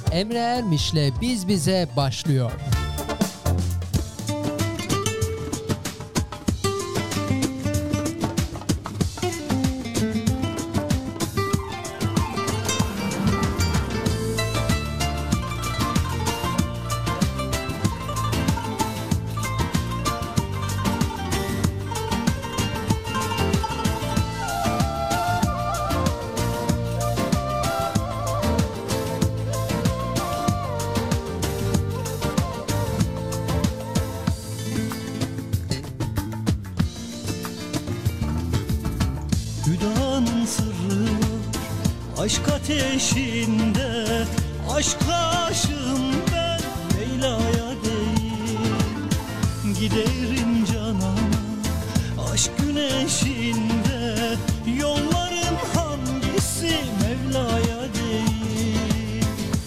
Emre Ermiş'le Biz Bize başlıyor. Aşk ateşinde, aşka aşığım ben, Leyla'ya değil. Giderim canana, aşk güneşinde, yolların hangisi Mevla'ya değil.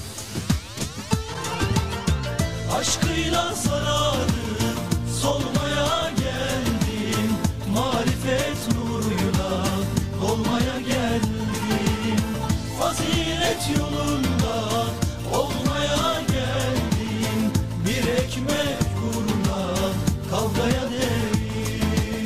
Aşkıyla sararıp solmaya geldim, marifet nuruyla dolmaya geldim. Fazilet yolunda olmaya geldim, bir ekmek uğruna kavgaya değil.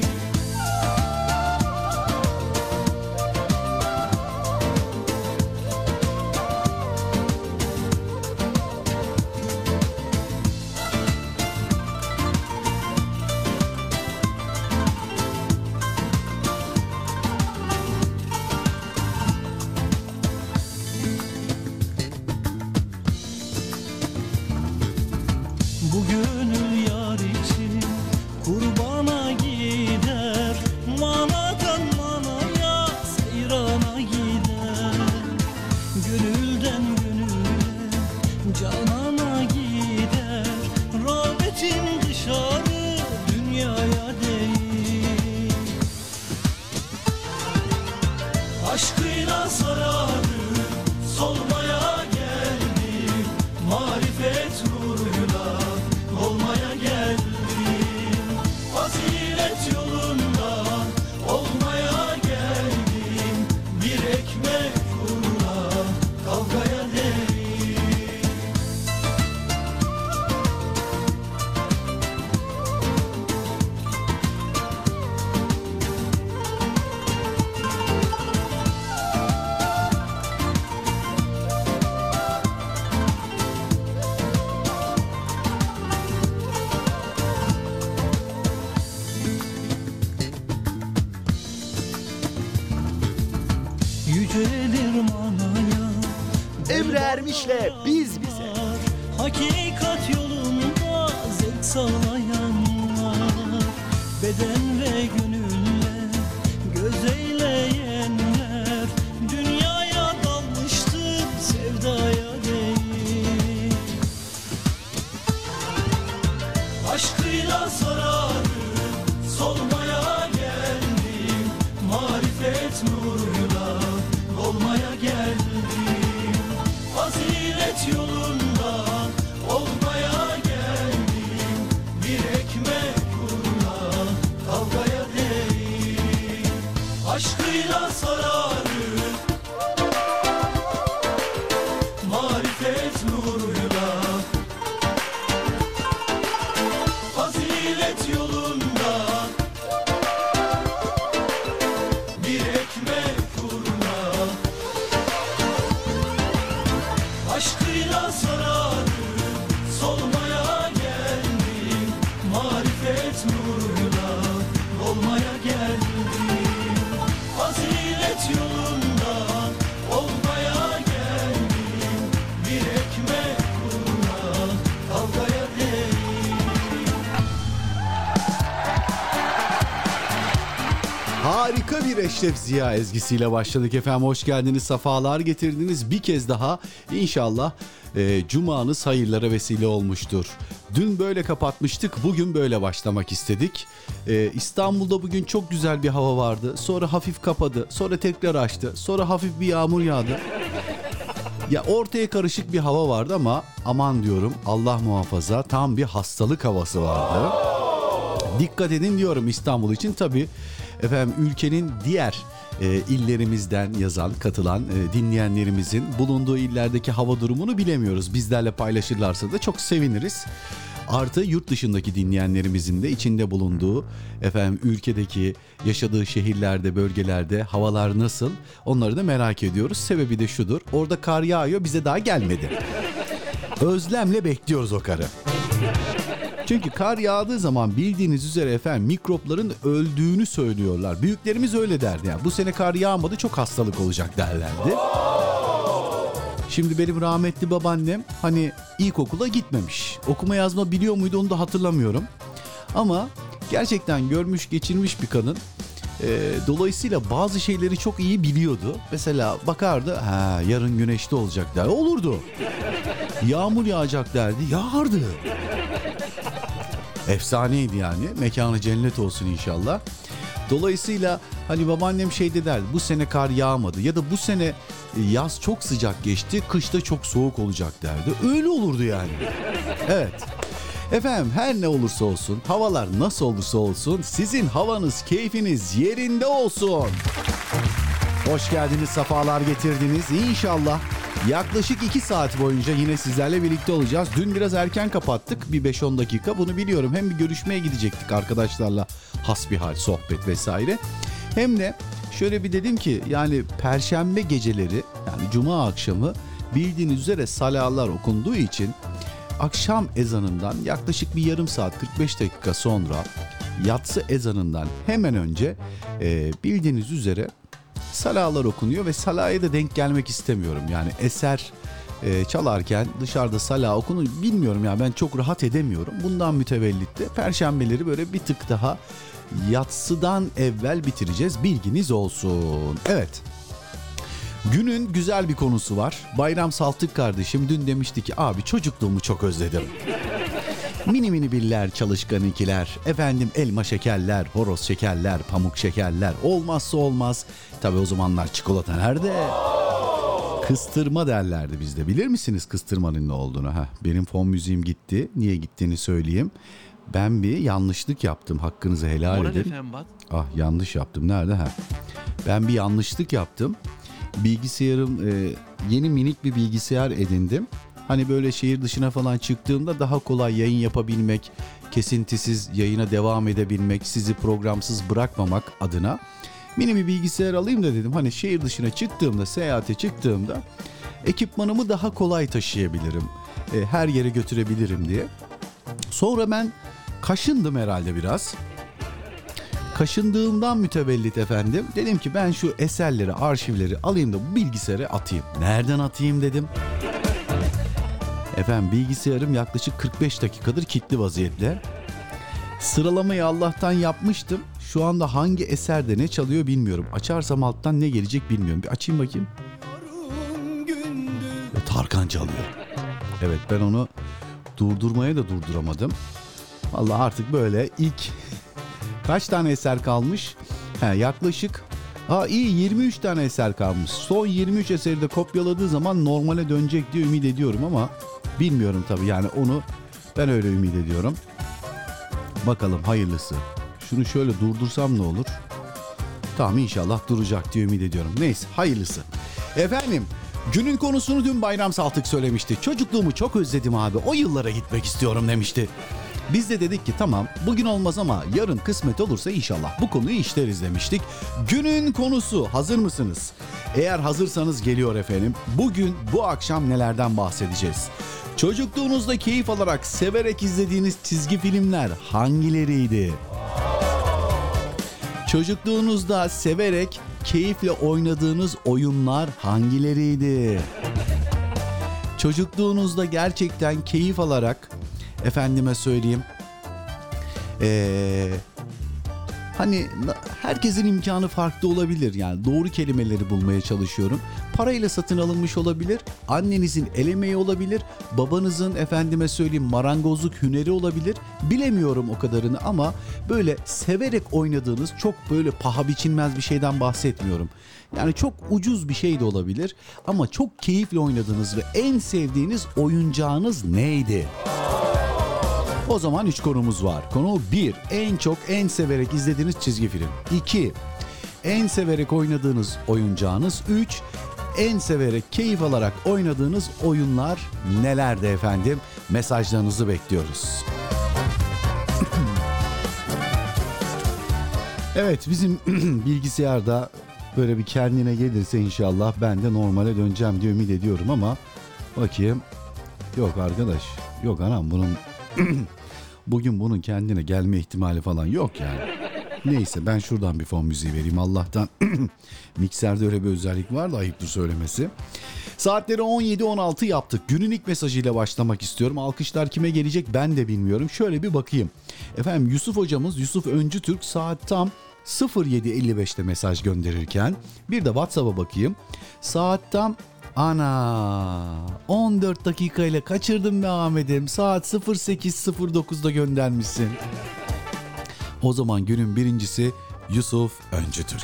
Bu gönül yar için kurbana gider, manadan manaya seyrana gider. Gönülden gönüle canana gider, rağbetim dışarı dünyaya değil. Aşkıyla sararıp solmaya geldim, marifet nuruyla olmaya geldim. Fazilet yolunda olmaya geldim, bir ekmek uğruna kavgaya değil. Yücelir manaya Emre Ermiş'le Biz Bize. Hakikat yolunda zevk sağlayanlar, beden ve gönülle göz eyleyenler, dünyaya dalmıştır sevdaya değil. Aşkıyla sararıp solmaya geldim, marifet nuruyla olmaya geldim. Fazilet yolunda olmaya geldim, bir ekmek uğruna kavgaya değil. Aşkıyla sararıp marifet nuruyla, fazilet yolunda, bir ekmek uğruna. Aşkıyla sararıp solmaya geldim, marifet nuruyla olmaya geldim. Fazilet yolunda olmaya geldim, bir ekmek uğruna kavgaya değil. Harika bir Eşref Ziya ezgisiyle başladık efendim. Hoş geldiniz, sefalar getirdiniz. Bir kez daha inşallah cumanız hayırlara vesile olmuştur. Dün böyle kapatmıştık, bugün böyle başlamak istedik. İstanbul'da bugün çok güzel bir hava vardı. Sonra hafif kapadı, sonra tekrar açtı. Sonra hafif bir yağmur yağdı. Ya ortaya karışık bir hava vardı ama aman diyorum, Allah muhafaza, tam bir hastalık havası vardı. Dikkat edin diyorum İstanbul için. Tabii efendim ülkenin diğer illerimizden yazan, katılan dinleyenlerimizin bulunduğu illerdeki hava durumunu bilemiyoruz. Bizlerle paylaşırlarsa da çok seviniriz. Artı yurt dışındaki dinleyenlerimizin de içinde bulunduğu ülkedeki yaşadığı şehirlerde, bölgelerde havalar nasıl? Onları da merak ediyoruz. Sebebi de şudur. Orada kar yağıyor, bize daha gelmedi. Özlemle bekliyoruz o karı. Çünkü kar yağdığı zaman bildiğiniz üzere mikropların öldüğünü söylüyorlar. Büyüklerimiz öyle derdi. Yani bu sene kar yağmadı, çok hastalık olacak derlerdi. Şimdi benim rahmetli babaannem ilkokula gitmemiş. Okuma yazma biliyor muydu onu da hatırlamıyorum. Ama gerçekten görmüş geçirmiş bir kadın. Dolayısıyla bazı şeyleri çok iyi biliyordu. Mesela bakardı, yarın güneşli olacak der. Olurdu. Yağmur yağacak derdi. Yağardı. Efsaneydi yani. Mekanı cennet olsun inşallah. Dolayısıyla babaannem derdi. Bu sene kar yağmadı ya da bu sene yaz çok sıcak geçti, kışta çok soğuk olacak derdi. Öyle olurdu yani. Evet. Efendim her ne olursa olsun, havalar nasıl olursa olsun sizin havanız, keyfiniz yerinde olsun. Hoş geldiniz, sefalar getirdiniz. İnşallah yaklaşık 2 saat boyunca yine sizlerle birlikte olacağız. Dün biraz erken kapattık, bir 5-10 dakika. Bunu biliyorum. Hem bir görüşmeye gidecektik arkadaşlarla, hasbihal, sohbet vesaire. Hem de şöyle bir dedim ki Perşembe geceleri Cuma akşamı bildiğiniz üzere salalar okunduğu için akşam ezanından yaklaşık bir yarım saat 45 dakika sonra yatsı ezanından hemen önce bildiğiniz üzere salalar okunuyor ve salaya da denk gelmek istemiyorum. Yani eser çalarken dışarıda sala okunur bilmiyorum ben çok rahat edemiyorum. Bundan mütevellit de perşembeleri böyle bir tık daha yatsıdan evvel bitireceğiz. Bilginiz olsun. Evet. Günün güzel bir konusu var. Bayram Saltık kardeşim dün demişti ki abi çocukluğumu çok özledim. Mini mini biller, çalışkan ikiler, elma şekerler, horoz şekerler, pamuk şekerler, olmazsa olmaz. Tabii o zamanlar çikolata nerede? Kıstırma derlerdi bizde. Bilir misiniz kıstırmanın ne olduğunu? Benim fon müziğim gitti. Niye gittiğini söyleyeyim. Ben bir yanlışlık yaptım. Hakkınızı helal edin. Yanlış yaptım. Nerede? Ben bir yanlışlık yaptım. Bilgisayarım yeni minik bir bilgisayar edindim. Böyle şehir dışına falan çıktığımda daha kolay yayın yapabilmek, kesintisiz yayına devam edebilmek, sizi programsız bırakmamak adına mini bir bilgisayar alayım da dedim. Şehir dışına çıktığımda, seyahate çıktığımda ekipmanımı daha kolay taşıyabilirim. Her yere götürebilirim diye. Sonra ben kaşındım herhalde biraz. Kaşındığımdan mütevellit dedim ki ben şu eserleri, arşivleri alayım da bu bilgisayara atayım. Nereden atayım dedim. Bilgisayarım yaklaşık 45 dakikadır kilitli vaziyette. Sıralamayı Allah'tan yapmıştım. Şu anda hangi eserde ne çalıyor bilmiyorum. Açarsam alttan ne gelecek bilmiyorum. Bir açayım bakayım. Tarkan çalıyor. Evet, ben onu durdurmaya da durduramadım. Vallahi artık böyle ilk kaç tane eser kalmış? Yaklaşık 23 tane eser kalmış. Son 23 eseri de kopyaladığı zaman normale dönecek diye ümit ediyorum ama bilmiyorum tabii, onu ben öyle ümit ediyorum. Bakalım hayırlısı. Şunu şöyle durdursam ne olur? Tamam, inşallah duracak diye ümit ediyorum. Neyse, hayırlısı. Günün konusunu dün Bayram Saltık söylemişti. Çocukluğumu çok özledim abi. O yıllara gitmek istiyorum demişti. Biz de dedik ki tamam, bugün olmaz ama yarın kısmet olursa inşallah bu konuyu işleriz demiştik. Günün konusu, hazır mısınız? Eğer hazırsanız geliyor Bugün bu akşam nelerden bahsedeceğiz? Çocukluğunuzda keyif alarak, severek izlediğiniz çizgi filmler hangileriydi? Çocukluğunuzda severek, keyifle oynadığınız oyunlar hangileriydi? Çocukluğunuzda gerçekten keyif alarak, herkesin imkanı farklı olabilir. Yani doğru kelimeleri bulmaya çalışıyorum. Parayla satın alınmış olabilir. Annenizin el emeği olabilir. Babanızın marangozluk hüneri olabilir. Bilemiyorum o kadarını ama böyle severek oynadığınız, çok böyle paha biçilmez bir şeyden bahsetmiyorum. Yani çok ucuz bir şey de olabilir ama çok keyifle oynadığınız ve en sevdiğiniz oyuncağınız neydi? O zaman 3 konumuz var. Konu 1. En çok, en severek izlediğiniz çizgi film. 2. en severek oynadığınız oyuncağınız. 3. En severek, keyif alarak oynadığınız oyunlar nelerdi efendim? Mesajlarınızı bekliyoruz. Evet, bizim bilgisayarda böyle bir kendine gelirse inşallah ben de normale döneceğim diye ümit ediyorum ama bakayım. Yok arkadaş, yok anam, bunun bugün bunun kendine gelme ihtimali falan yok yani. Neyse, ben şuradan bir fon müziği vereyim Allah'tan. Mikserde öyle bir özellik var da ayıptır söylemesi. Saatleri 17-16 yaptık. Günün ilk mesajıyla başlamak istiyorum. Alkışlar kime gelecek ben de bilmiyorum. Şöyle bir bakayım. Efendim, Yusuf hocamız, Yusuf Öncü Türk, saat tam 07.55'te mesaj gönderirken bir de WhatsApp'a bakayım. Saat tam 14 dakikayla kaçırdım be Ahmet'im. Saat 08.09'da göndermişsin. O zaman günün birincisi Yusuf Öncü Türk.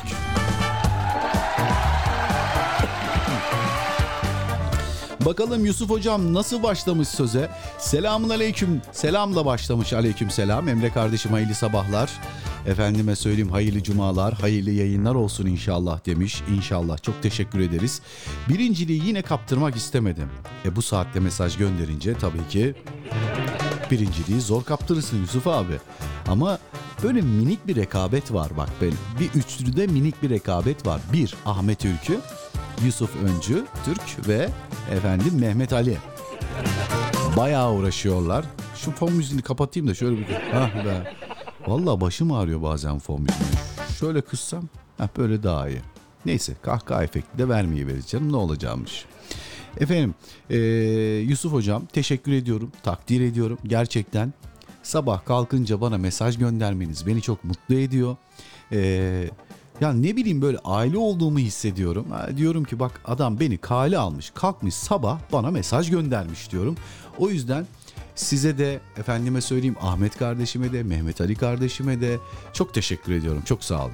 Bakalım Yusuf hocam nasıl başlamış söze? Selamun aleyküm. Selamla başlamış, aleyküm selam. Emre kardeşim hayırlı sabahlar. Efendime söyleyeyim hayırlı cumalar, hayırlı yayınlar olsun inşallah demiş. İnşallah, çok teşekkür ederiz. Birinciliği yine kaptırmak istemedim. Bu saatte mesaj gönderince tabii ki birinciliği zor kaptırırsın Yusuf abi. Ama böyle minik bir rekabet var bak. Bir üçlüde minik bir rekabet var. 1. Ahmet Ülkü, Yusuf Öncü Türk ve efendim Mehmet Ali. Bayağı uğraşıyorlar. Şu fon müziğini kapatayım da şöyle bir... Ah be. Vallahi başım ağrıyor bazen fon müziğini. Şöyle kıssam böyle daha iyi. Neyse, kahkaha efekti de vermeyi vereceğim. Ne olacakmış. Efendim Yusuf hocam teşekkür ediyorum. Takdir ediyorum. Gerçekten sabah kalkınca bana mesaj göndermeniz beni çok mutlu ediyor. Ya ne bileyim, böyle aile olduğumu hissediyorum. Diyorum ki bak, adam beni kale almış, kalkmış sabah bana mesaj göndermiş diyorum. O yüzden size de, efendime söyleyeyim Ahmet kardeşime de, Mehmet Ali kardeşime de çok teşekkür ediyorum. Çok sağ olun.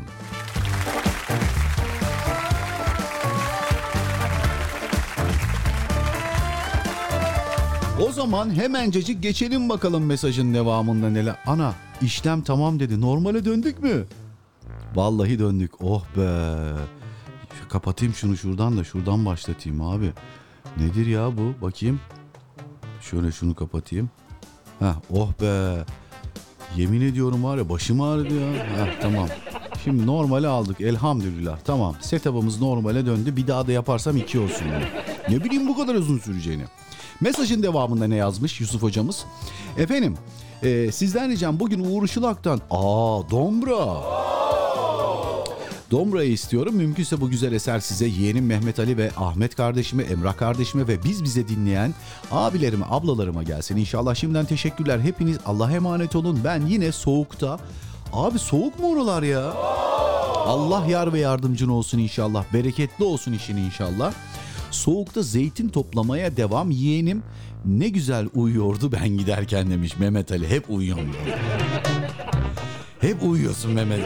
O zaman hemencecik geçelim bakalım mesajın devamında neler. Ana, işlem tamam dedi. Normale döndük mü? Vallahi döndük. Oh be. Kapatayım şunu şuradan da şuradan başlatayım abi. Nedir ya bu? Bakayım. Şöyle şunu kapatayım. Oh be. Yemin ediyorum var ya, başım ağrıdı ya. Tamam. Şimdi normale aldık elhamdülillah. Tamam. Setup'ımız normale döndü. Bir daha da yaparsam 2 olsun. Ne bileyim bu kadar uzun süreceğini. Mesajın devamında ne yazmış Yusuf hocamız? Efendim sizden ricam bugün Uğur Işılak'tan Dombra. Dombra'yı istiyorum. Mümkünse bu güzel eser size, yeğenim Mehmet Ali ve Ahmet kardeşime, Emrah kardeşime ve bize dinleyen abilerime, ablalarıma gelsin. İnşallah şimdiden teşekkürler. Hepiniz Allah'a emanet olun. Ben yine soğukta. Abi soğuk mu oralar ya? Allah yar ve yardımcın olsun inşallah. Bereketli olsun işin inşallah. Soğukta zeytin toplamaya devam. Yeğenim ne güzel uyuyordu ben giderken demiş Mehmet Ali. Hep uyuyorum. Hep uyuyorsun Mehmet.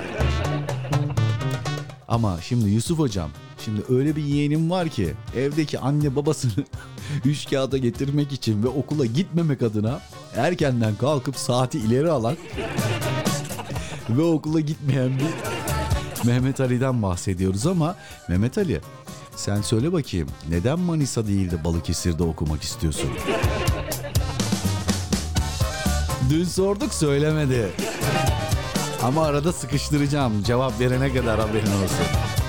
Ama şimdi Yusuf hocam, şimdi öyle bir yeğenim var ki evdeki anne babasını 3 kağıda getirmek için ve okula gitmemek adına erkenden kalkıp saati ileri alan ve okula gitmeyen bir Mehmet Ali'den bahsediyoruz. Ama Mehmet Ali, sen söyle bakayım, neden Manisa değil de Balıkesir'de okumak istiyorsun? Dün sorduk, söylemedi. Ama arada sıkıştıracağım, cevap verene kadar haberin olsun.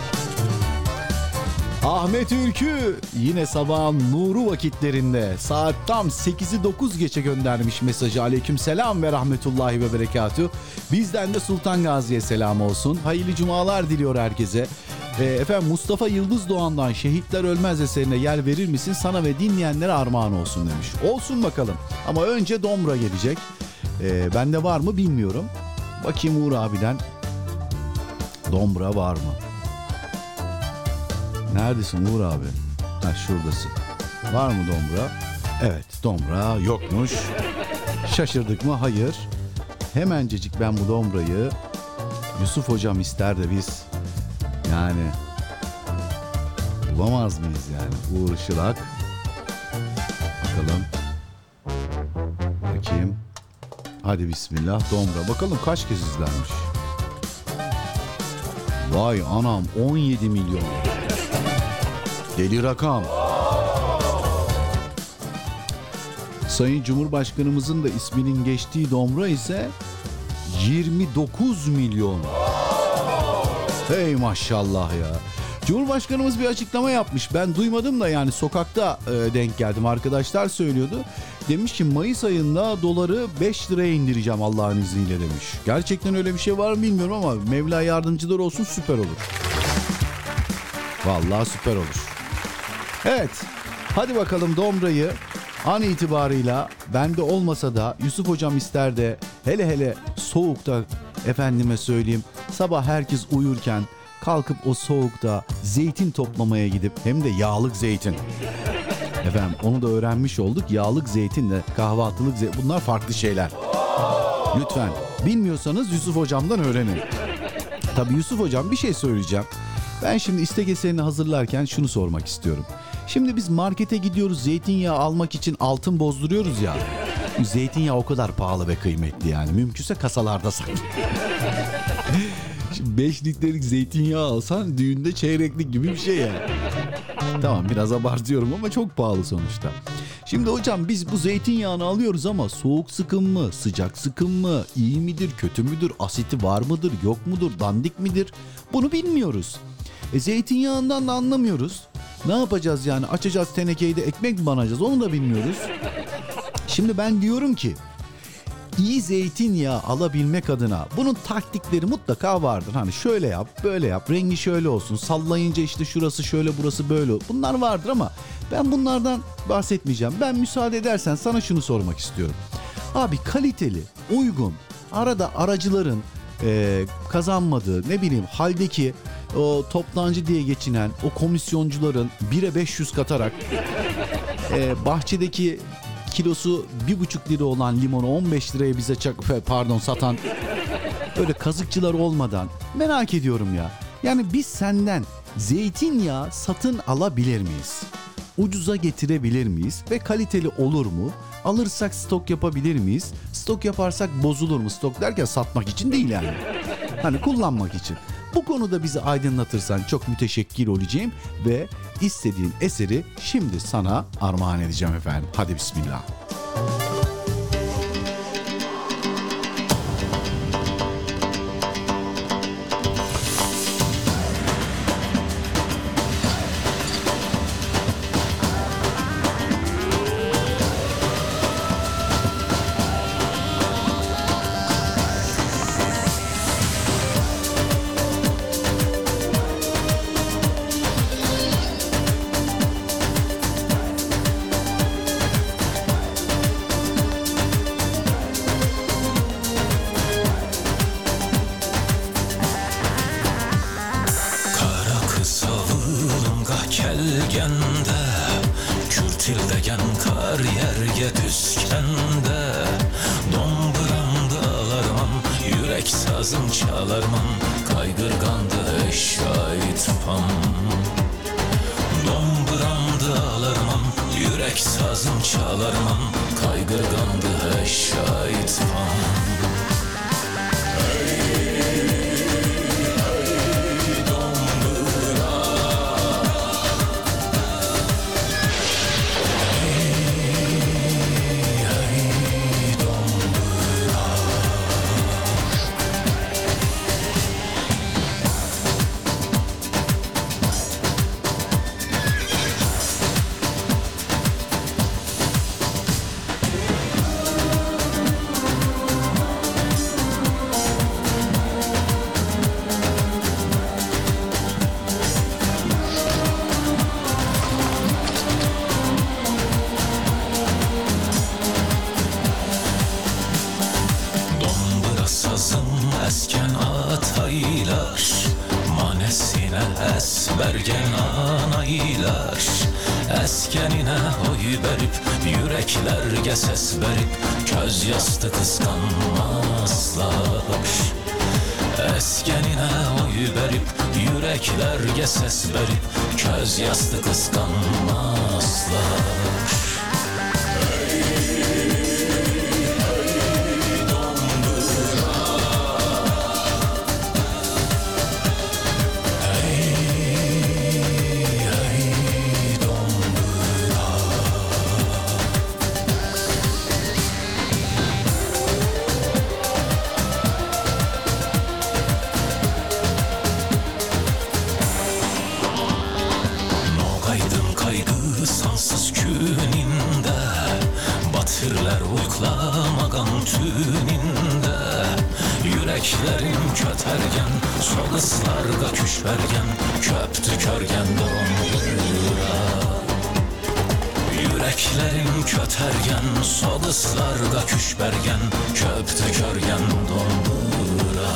Ahmet Ülkü yine sabahın nuru vakitlerinde saat tam 8'i 9 geçe göndermiş mesajı. Aleyküm selam ve rahmetullahi ve berekatüh. Bizden de Sultan Gazi'ye selam olsun. Hayırlı cumalar diliyor herkese. Efendim, Mustafa Yıldız Doğan'dan Şehitler Ölmez eserine yer verir misin? Sana ve dinleyenlere armağan olsun demiş. Olsun bakalım. Ama önce Dombra gelecek. Bende var mı bilmiyorum. Bakayım Uğur abiden. Dombra var mı? Neredesin Uğur abi? Şuradasın. Var mı Dombra? Evet, Dombra yokmuş. Şaşırdık mı? Hayır. Hemencecik ben bu Dombra'yı Yusuf hocam ister de biz yani bulamaz mıyız yani? Uğur Işılak. Bakalım. Bakayım. Hadi bismillah Dombra. Bakalım kaç kez izlenmiş. Vay anam, 17 milyon. Deli rakam. Sayın Cumhurbaşkanımızın da isminin geçtiği domra ise 29 milyon. Hey maşallah ya. Cumhurbaşkanımız bir açıklama yapmış. Ben duymadım da yani sokakta denk geldim. Arkadaşlar söylüyordu. Demiş ki Mayıs ayında doları 5 liraya indireceğim Allah'ın izniyle demiş. Gerçekten öyle bir şey var mı bilmiyorum ama Mevla yardımcılar olsun, süper olur. Vallahi süper olur. Evet. Hadi bakalım domrayı an itibarıyla bende olmasa da Yusuf hocam ister de hele soğukta efendime söyleyeyim sabah herkes uyurken kalkıp o soğukta zeytin toplamaya gidip hem de yağlık zeytin. Efendim onu da öğrenmiş olduk. Yağlık zeytinle kahvaltılık zeytin bunlar farklı şeyler. Lütfen bilmiyorsanız Yusuf hocamdan öğrenin. Tabii Yusuf hocam bir şey söyleyeceğim. Ben şimdi istek eserini hazırlarken şunu sormak istiyorum. Şimdi biz markete gidiyoruz zeytinyağı almak için altın bozduruyoruz ya. Zeytinyağı o kadar pahalı ve kıymetli yani. Mümkünse kasalarda saklı. Şimdi 5 litrelik zeytinyağı alsan düğünde çeyreklik gibi bir şey yani. Tamam biraz abartıyorum ama çok pahalı sonuçta. Şimdi hocam biz bu zeytinyağını alıyoruz ama soğuk sıkım mı, sıcak sıkım mı, iyi midir, kötü müdür, asiti var mıdır, yok mudur, dandik midir? Bunu bilmiyoruz. Zeytinyağından da anlamıyoruz. Ne yapacağız yani? Açacağız tenekeyi de ekmek mi banacağız? Onu da bilmiyoruz. Şimdi ben diyorum ki iyi zeytinyağı alabilmek adına bunun taktikleri mutlaka vardır. Hani şöyle yap, böyle yap, rengi şöyle olsun, sallayınca işte şurası şöyle, burası böyle. Bunlar vardır ama ben bunlardan bahsetmeyeceğim. Ben müsaade edersen sana şunu sormak istiyorum. Abi kaliteli, uygun, arada aracıların kazanmadığı, ne bileyim haldeki o toptancı diye geçinen o komisyoncuların 1'e 500 katarak bahçedeki kilosu 1,5 lira olan limonu 15 liraya bize satan öyle kazıkçılar olmadan merak ediyorum ya. Yani biz senden zeytinyağı satın alabilir miyiz? Ucuza getirebilir miyiz? Ve kaliteli olur mu? Alırsak stok yapabilir miyiz? Stok yaparsak bozulur mu? Stok derken satmak için değil yani. Hani kullanmak için. Bu konuda bizi aydınlatırsan çok müteşekkir olacağım ve istediğin eseri şimdi sana armağan edeceğim efendim. Hadi bismillah. getirler uyklamagan tüninde. Yüreklerim kötergen, sol ıslarga küşbergen, köptü körgen donduruya. Yüreklerim kötergen, sol ıslarga küşbergen, köptü körgen donduruya.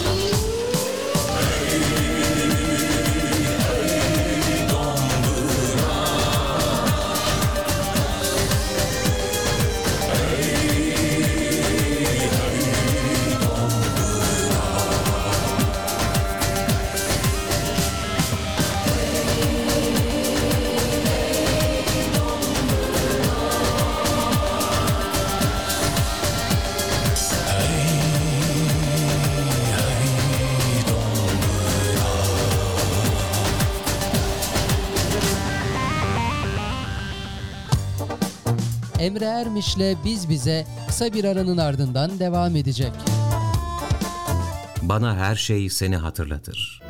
Emre Ermiş'le Biz Bize kısa bir aranın ardından devam edecek. Bana her şey seni hatırlatır.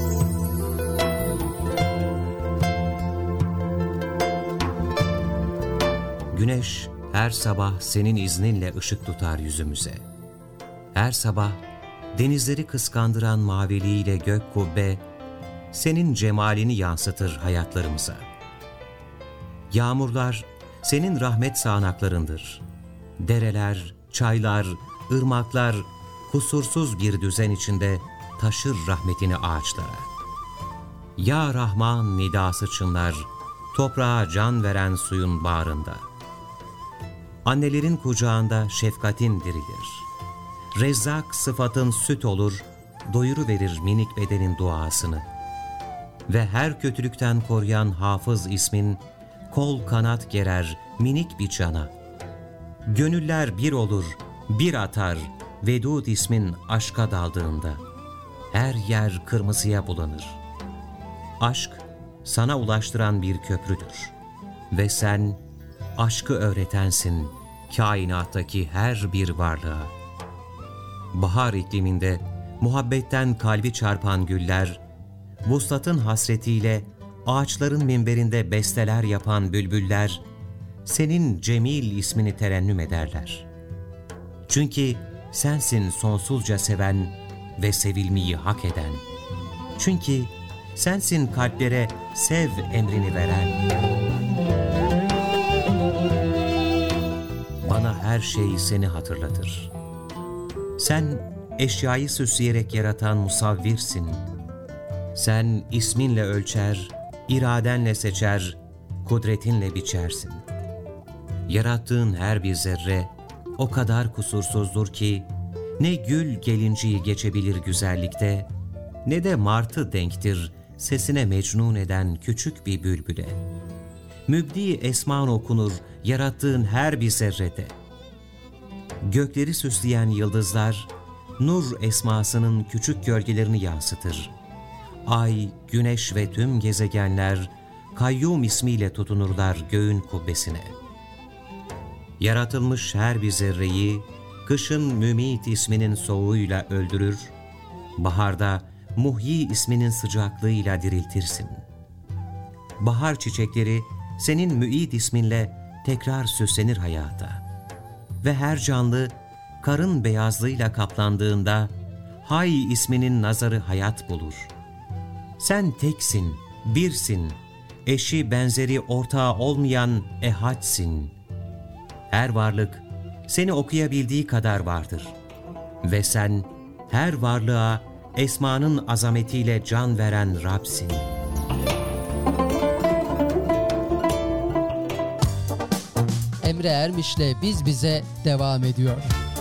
Güneş her sabah senin izninle ışık tutar yüzümüze. Her sabah denizleri kıskandıran maviliğiyle gök kubbe senin cemalini yansıtır hayatlarımıza. Yağmurlar senin rahmet sağanaklarındır. Dereler, çaylar, ırmaklar kusursuz bir düzen içinde taşır rahmetini ağaçlara. Ya Rahman nidası çınlar, toprağa can veren suyun bağrında. Annelerin kucağında şefkatin dirilir. Rezzak sıfatın süt olur, doyuruverir minik bedenin duasını. Ve her kötülükten koruyan hafız ismin, kol kanat gerer minik bir cana. Gönüller bir olur, bir atar, Vedud ismin aşka daldığında. Her yer kırmızıya bulanır. Aşk sana ulaştıran bir köprüdür. Ve sen aşkı öğretensin kainattaki her bir varlığa. Bahar ikliminde muhabbetten kalbi çarpan güller, vuslatın hasretiyle ağaçların minberinde besteler yapan bülbüller, senin Cemil ismini terennüm ederler. Çünkü sensin sonsuzca seven ve sevilmeyi hak eden. Çünkü sensin kalplere sev emrini veren. Bana her şey seni hatırlatır. Sen eşyayı süsleyerek yaratan musavvirsin. Sen isminle ölçer, iradenle seçer, kudretinle biçersin. Yarattığın her bir zerre o kadar kusursuzdur ki, ne gül gelinciyi geçebilir güzellikte, ne de martı denktir sesine mecnun eden küçük bir bülbüle. Mübdi esman okunur yarattığın her bir zerrede. Gökleri süsleyen yıldızlar, nur esmasının küçük gölgelerini yansıtır. Ay, güneş ve tüm gezegenler, Kayyum ismiyle tutunurlar göğün kubbesine. Yaratılmış her bir zerreyi, kışın Mümit isminin soğuğuyla öldürür, baharda Muhyi isminin sıcaklığıyla diriltirsin. Bahar çiçekleri senin Mü'id isminle tekrar süslenir hayata. Ve her canlı karın beyazlığıyla kaplandığında Hay isminin nazarı hayat bulur. Sen teksin, birsin, eşi benzeri ortağı olmayan ehadsin. Her varlık seni okuyabildiği kadar vardır. Ve sen her varlığa esmanın azametiyle can veren Rab'sin. Emre Ermiş'le Biz Bize devam ediyor.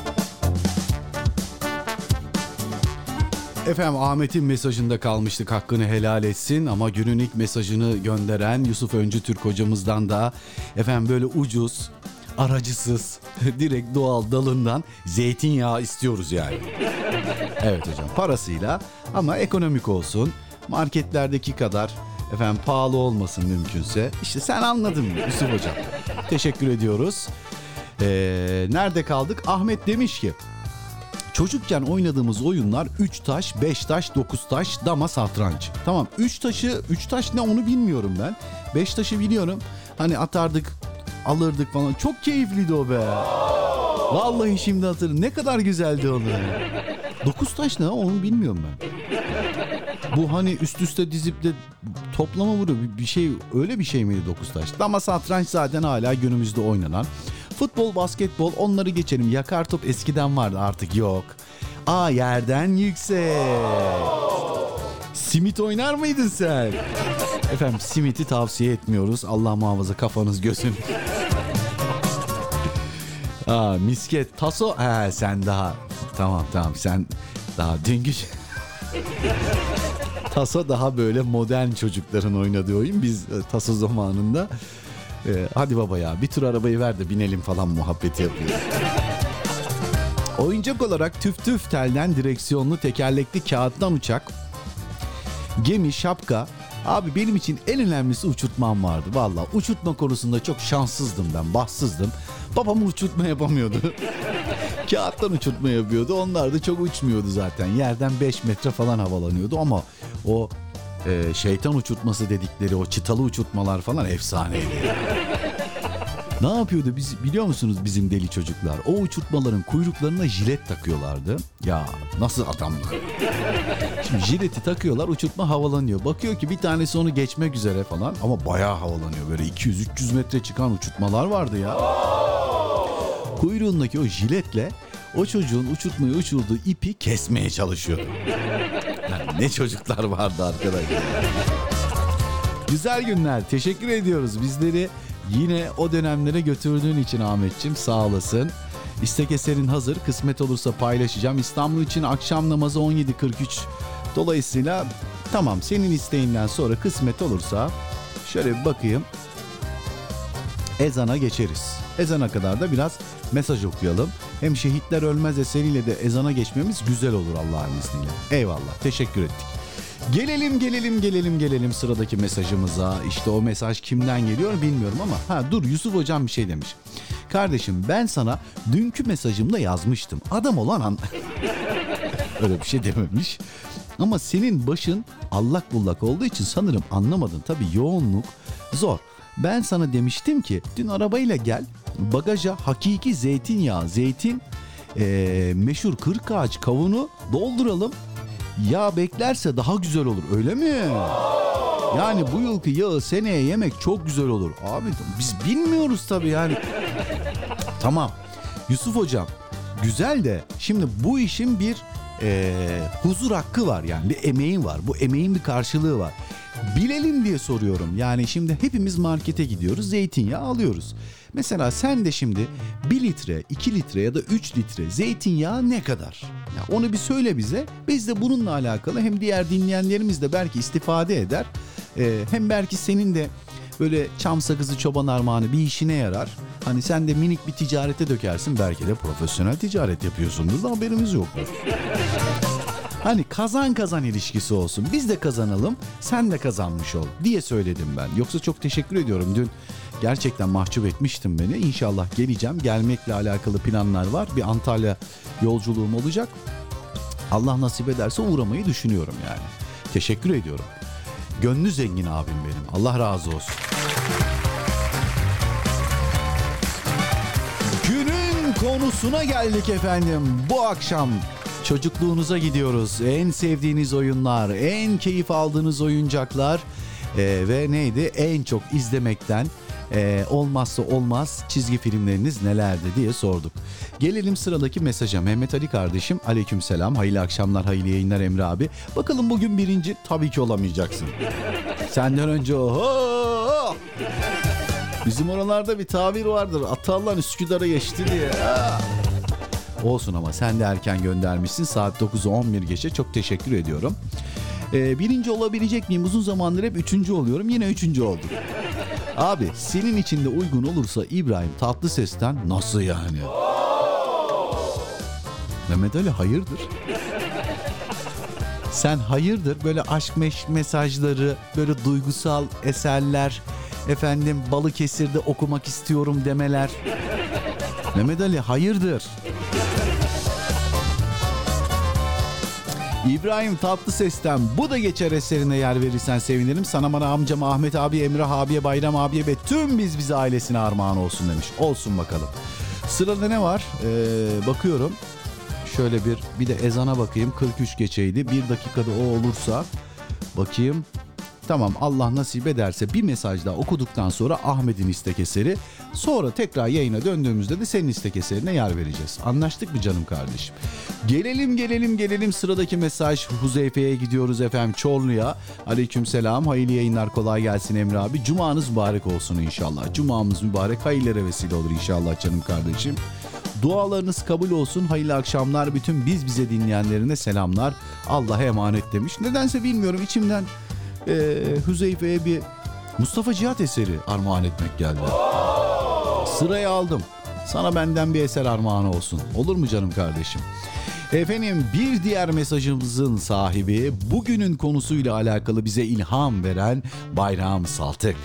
Efendim Ahmet'in mesajında kalmıştık, hakkını helal etsin, ama günün ilk mesajını gönderen Yusuf Öncü Türk hocamızdan da efendim böyle ucuz, aracısız, direkt doğal dalından zeytinyağı istiyoruz yani. Evet hocam, parasıyla ama ekonomik olsun, marketlerdeki kadar efendim pahalı olmasın mümkünse. İşte sen anladın mı Yusuf hocam? Teşekkür ediyoruz. Nerede kaldık? Ahmet demiş ki çocukken oynadığımız oyunlar 3 taş, 5 taş, 9 taş, dama, satranç. Tamam, 3 taş ne onu bilmiyorum ben. 5 taşı biliyorum. Hani atardık alırdık falan. Çok keyifliydi o be. Vallahi şimdi hatırlıyorum. Ne kadar güzeldi o. 9 taş ne? Onu bilmiyorum ben. Bu hani üst üste dizip de toplama vuruyor. Bir şey, öyle bir şey miydi 9 taş? Ama satranç zaten hala günümüzde oynanan. Futbol, basketbol, onları geçelim. Yakar top eskiden vardı, artık yok. Yerden yüksek. Simit oynar mıydın sen? Efendim simiti tavsiye etmiyoruz. Allah muhafaza kafanız gözünüz. Misket, taso. Sen daha. Tamam sen daha dünkü. Taso daha böyle modern çocukların oynadığı oyun. Biz taso zamanında hadi baba ya bir tur arabayı ver de binelim falan muhabbeti yapıyoruz. Oyuncak olarak tüf telden direksiyonlu tekerlekli kağıttan uçak, gemi, şapka. Abi benim için en önemlisi uçurtmam vardı. Vallahi uçurtma konusunda çok şanssızdım ben, bahtsızdım. Babam uçurtma yapamıyordu. Kağıttan uçurtma yapıyordu. Onlar da çok uçmuyordu zaten. Yerden 5 metre falan havalanıyordu ama o şeytan uçurtması dedikleri o çıtalı uçurtmalar falan efsaneydi. Ne yapıyordu biz biliyor musunuz bizim deli çocuklar? O uçurtmaların kuyruklarına jilet takıyorlardı. Ya nasıl adamlar? Şimdi jileti takıyorlar, uçurtma havalanıyor. Bakıyor ki bir tanesi onu geçmek üzere falan ama bayağı havalanıyor. Böyle 200-300 metre çıkan uçurtmalar vardı ya. Kuyruğundaki o jiletle o çocuğun uçurtmayı uçurduğu ipi kesmeye çalışıyordu. Yani ne çocuklar vardı arkadaşlar. Güzel günler. Teşekkür ediyoruz. Bizleri yine o dönemlere götürdüğün için Ahmetciğim, sağ olasın. İstek eserin hazır. Kısmet olursa paylaşacağım. İstanbul için akşam namazı 17.43. Dolayısıyla tamam, senin isteğinden sonra kısmet olursa şöyle bir bakayım. Ezana geçeriz. Ezana kadar da biraz mesaj okuyalım. Hem Şehitler Ölmez eseriyle de ezana geçmemiz güzel olur Allah'ın izniyle. Eyvallah. Teşekkür ettik. Gelelim sıradaki mesajımıza. İşte o mesaj kimden geliyor bilmiyorum ama dur, Yusuf hocam bir şey demiş. Kardeşim ben sana dünkü mesajımda yazmıştım. Adam olan öyle bir şey dememiş. Ama senin başın allak bullak olduğu için sanırım anlamadın. Tabii yoğunluk zor. Ben sana demiştim ki dün arabayla gel, bagaja hakiki zeytinyağı, meşhur 40 ağaç kavunu dolduralım. Yağ beklerse daha güzel olur, öyle mi? Yani bu yılki yağı seneye yemek çok güzel olur. Abi biz bilmiyoruz tabii yani. Tamam Yusuf hocam, güzel de şimdi bu işin bir huzur hakkı var, yani bir emeğin var. Bu emeğin bir karşılığı var. Bilelim diye soruyorum. Yani şimdi hepimiz markete gidiyoruz, zeytinyağı alıyoruz. Mesela sen de şimdi 1 litre, 2 litre ya da 3 litre zeytinyağı ne kadar? Ya onu bir söyle bize. Biz de bununla alakalı hem diğer dinleyenlerimiz de belki istifade eder. Hem belki senin de böyle çam sakızı çoban armağanı bir işine yarar. Hani sen de minik bir ticarete dökersin. Belki de profesyonel ticaret yapıyorsundur da haberimiz yoktur. Hani kazan ilişkisi olsun. Biz de kazanalım, sen de kazanmış ol diye söyledim ben. Yoksa çok teşekkür ediyorum. Dün gerçekten mahcup etmiştin beni. İnşallah geleceğim. Gelmekle alakalı planlar var. Bir Antalya yolculuğum olacak. Allah nasip ederse uğramayı düşünüyorum yani. Teşekkür ediyorum. Gönlü zengin abim benim. Allah razı olsun. Günün konusuna geldik efendim. Bu akşam çocukluğunuza gidiyoruz. En sevdiğiniz oyunlar, en keyif aldığınız oyuncaklar ve neydi? En çok izlemekten olmazsa olmaz çizgi filmleriniz nelerdi diye sorduk. Gelelim sıradaki mesaja. Mehmet Ali kardeşim, aleykümselam. Hayırlı akşamlar, hayırlı yayınlar Emre abi. Bakalım bugün birinci tabii ki olamayacaksın. Senden önce oho! Bizim oralarda bir tabir vardır. Atallan Üsküdar'a geçti diye. Olsun ama sen de erken göndermişsin. Saat 9'u 11 geçe. Çok teşekkür ediyorum. Birinci olabilecek miyim? Uzun zamandır hep üçüncü oluyorum. Yine üçüncü oldum. Abi senin için de uygun olursa İbrahim Tatlıses'ten nasıl yani? Mehmet Ali hayırdır? Sen hayırdır? Böyle aşk mesajları, böyle duygusal eserler, efendim Balıkesir'de okumak istiyorum demeler. Mehmet Ali hayırdır? İbrahim Tatlıses'ten Bu Da Geçer eserine yer verirsen sevinirim. Sana, bana, amcama, Ahmet abi, Emrah abiye, Bayram abiye ve tüm biz bize ailesine armağan olsun demiş. Olsun bakalım. Sırada ne var? Bakıyorum. Şöyle bir de ezana bakayım. 43 geçeydi. Bir dakikada o olursa bakayım. Tamam, Allah nasip ederse bir mesaj daha okuduktan sonra Ahmet'in istek eseri. Sonra tekrar yayına döndüğümüzde de senin istek eserine yer vereceğiz. Anlaştık mı canım kardeşim? Gelelim sıradaki mesaj. Huzeyfe'ye gidiyoruz efendim, Çorlu'ya. Aleykümselam, hayırlı yayınlar, kolay gelsin Emre abi. Cumanız mübarek olsun inşallah. Cumamız mübarek, hayırlara vesile olur inşallah canım kardeşim. Dualarınız kabul olsun. Hayırlı akşamlar. Bütün biz bize dinleyenlerine selamlar. Allah'a emanet demiş. Nedense bilmiyorum, içimden Huzeyfe'ye bir Mustafa Cihat eseri armağan etmek geldi. Sırayı aldım. Sana benden bir eser armağanı olsun. Olur mu canım kardeşim? Efendim, bir diğer mesajımızın sahibi, bugünün konusuyla alakalı bize ilham veren Bayram Saltık.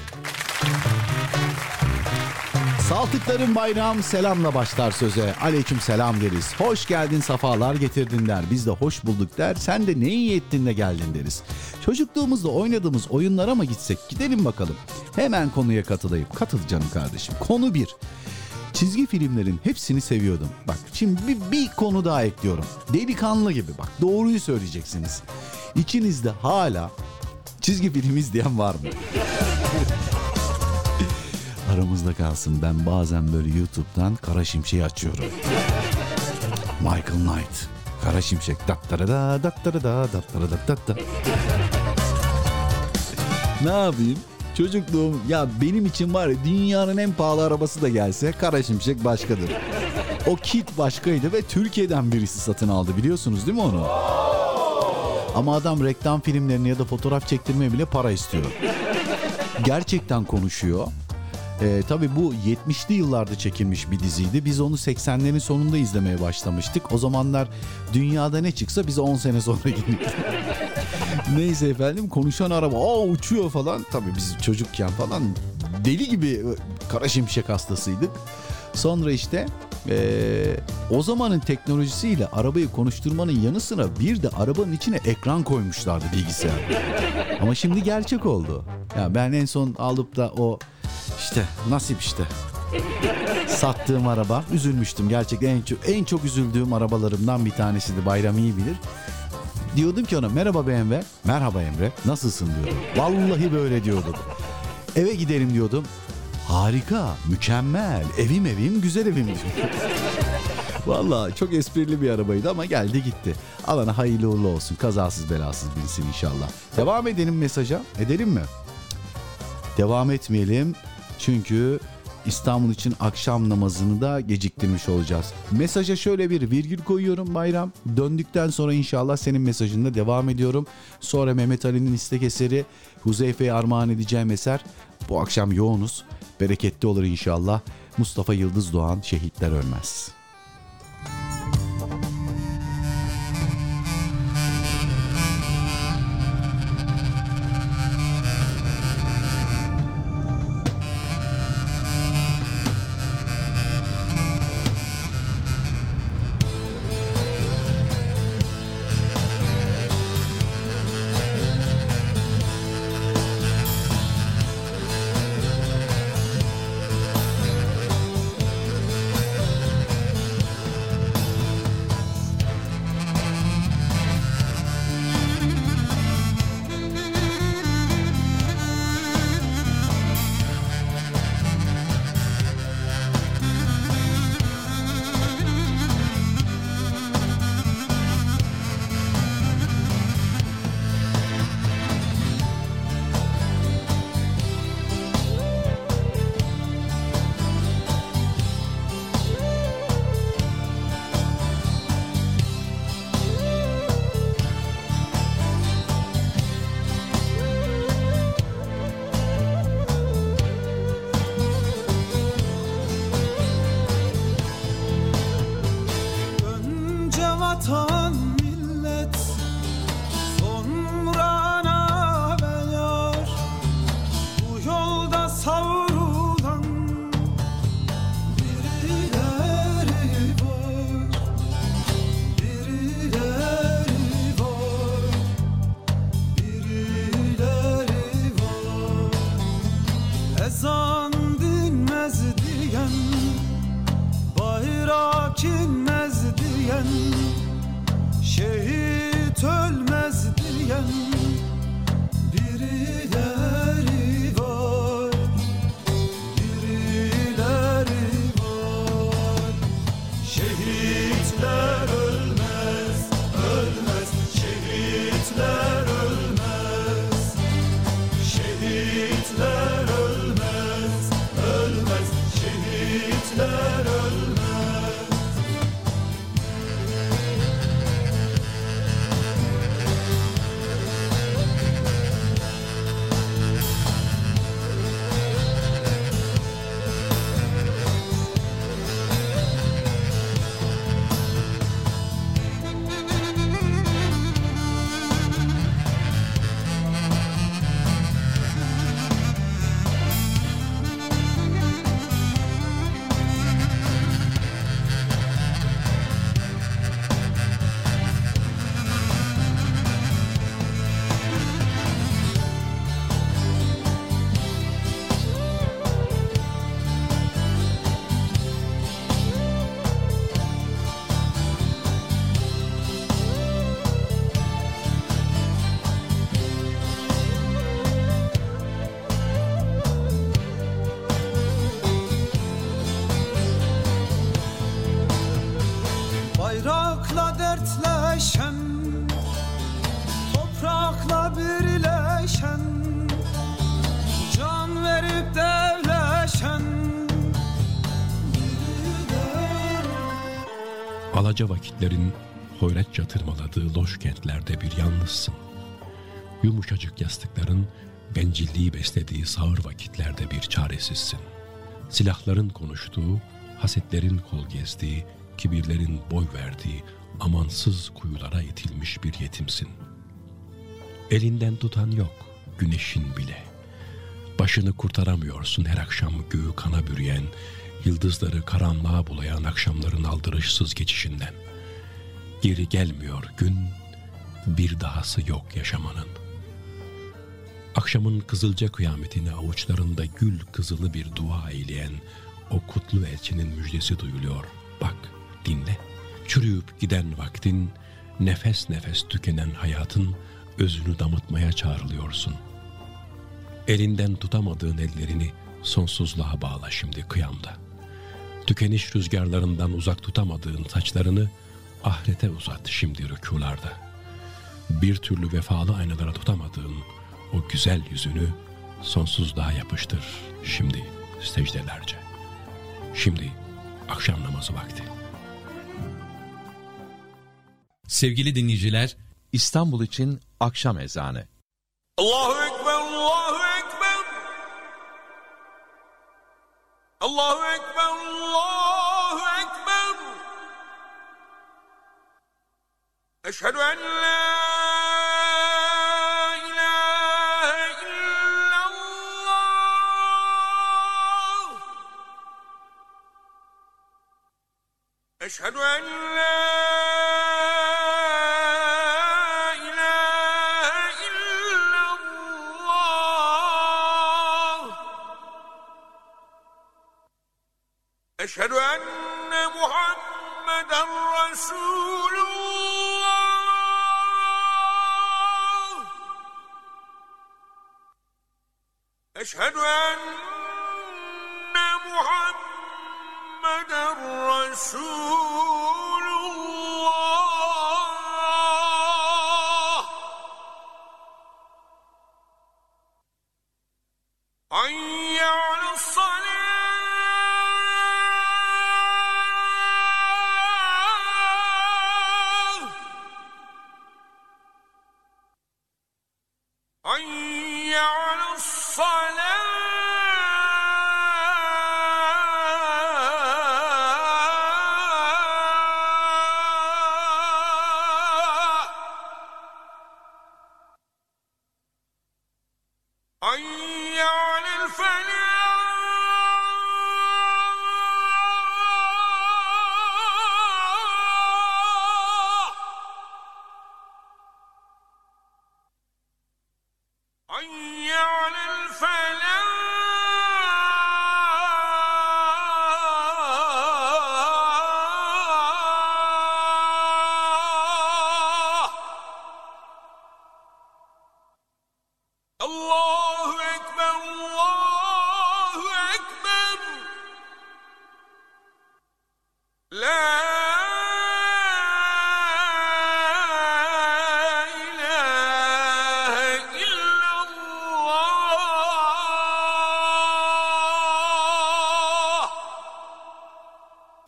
Saltıkların bayram selamla başlar söze. Aleyküm selam deriz. Hoş geldin, safalar getirdin der. Biz de hoş bulduk der. Sen de ne iyi ettin de geldin deriz. Çocukluğumuzda oynadığımız oyunlara mı gitsek? Gidelim bakalım. Hemen konuya katılayım. Katıl canım kardeşim. Konu 1. Çizgi filmlerin hepsini seviyordum. Bak şimdi bir konu daha ekliyorum. Delikanlı gibi, bak doğruyu söyleyeceksiniz. İçinizde hala çizgi film izleyen var mı? Aramızda kalsın, ben bazen böyle YouTube'dan Kara Şimşek'i açıyorum. Michael Knight, Kara Şimşek, dattarada dattarada dattarada datta. Ne yapayım? Çocukluğum, ya benim için var ya, dünyanın en pahalı arabası da gelse Kara Şimşek başkadır. O kit başkaydı ve Türkiye'den birisi satın aldı, biliyorsunuz değil mi onu? Ama adam reklam filmlerini ya da fotoğraf çektirmeye bile para istiyor. Gerçekten konuşuyor. Tabii bu 70'li yıllarda çekilmiş bir diziydi. Biz onu 80'lerin sonunda izlemeye başlamıştık. O zamanlar dünyada ne çıksa bize 10 sene sonra geliyor. Neyse efendim, konuşan araba uçuyor falan. Tabii biz çocukken falan deli gibi Kara Şimşek hastasıydık. Sonra işte o zamanın teknolojisiyle arabayı konuşturmanın yanı sıra bir de arabanın içine ekran koymuşlardı, bilgisayar. Ama şimdi gerçek oldu. Ya ben en son alıp da o işte nasip işte sattığım araba, üzülmüştüm gerçekten, en çok üzüldüğüm arabalarımdan bir tanesiydi. Bayram iyi bilir. Diyordum ki ona, merhaba BMW, merhaba Emre, nasılsın diyordum. Vallahi böyle diyordum. Eve gidelim diyordum. Harika, mükemmel, evim güzel evim. Vallahi çok esprili bir arabaydı ama geldi gitti. Alana hayırlı uğurlu olsun, kazasız belasız binsin inşallah. Devam edelim mesaja, edelim mi? Devam etmeyelim çünkü İstanbul için akşam namazını da geciktirmiş olacağız. Mesaja şöyle bir virgül koyuyorum Bayram. Döndükten sonra inşallah senin mesajında devam ediyorum. Sonra Mehmet Ali'nin istek eseri, Huzeyfe'ye armağan edeceğim eser. Bu akşam yoğunuz. Bereketli olur inşallah. Mustafa Yıldız Doğan, Şehitler Ölmez. diyen, bayrak inmez diyen, şehit ölmez diyen birileri var, birileri var. Şehitler ölmez, ölmez, şehitler ölmez, şehitler ölmez, ölmez, şehitler ölmez. Bayrakla dertleşen, toprakla birleşen, can verip devleşen biriler. Alaca vakitlerin hoyratça tırmaladığı loş kentlerde bir yalnızsın. Yumuşacık yastıkların bencilliği beslediği sağır vakitlerde bir çaresizsin. Silahların konuştuğu, hasetlerin kol gezdiği, kibirlerin boy verdiği amansız kuyulara itilmiş bir yetimsin. Elinden tutan yok, güneşin bile. Başını kurtaramıyorsun her akşam göğü kana bürüyen, yıldızları karanlığa bulayan akşamların aldırışsız geçişinden. Geri gelmiyor gün, bir dahası yok yaşamanın. Akşamın kızılca kıyametini avuçlarında gül kızılı bir dua eyleyen o kutlu elçinin müjdesi duyuluyor. Bak, dinle. Çürüyüp giden vaktin, nefes nefes tükenen hayatın özünü damıtmaya çağrılıyorsun. Elinden tutamadığın ellerini sonsuzluğa bağla şimdi kıyamda. Tükeniş rüzgarlarından uzak tutamadığın saçlarını ahirete uzat şimdi rükûlarda. Bir türlü vefalı aynalara tutamadığın o güzel yüzünü sonsuzluğa yapıştır şimdi secdelerce. Şimdi akşam namazı vakti. Sevgili dinleyiciler, İstanbul için akşam ezanı. Allahu Ekber, Allahu Ekber. Allahu Ekber, Allahu Ekber. Eşhedü en la ilahe illallah. Eşhedü en la أشهد أن محمدًا رسول الله أشهد أن محمدًا رسول الله حي على الصلاة حي على الصلاة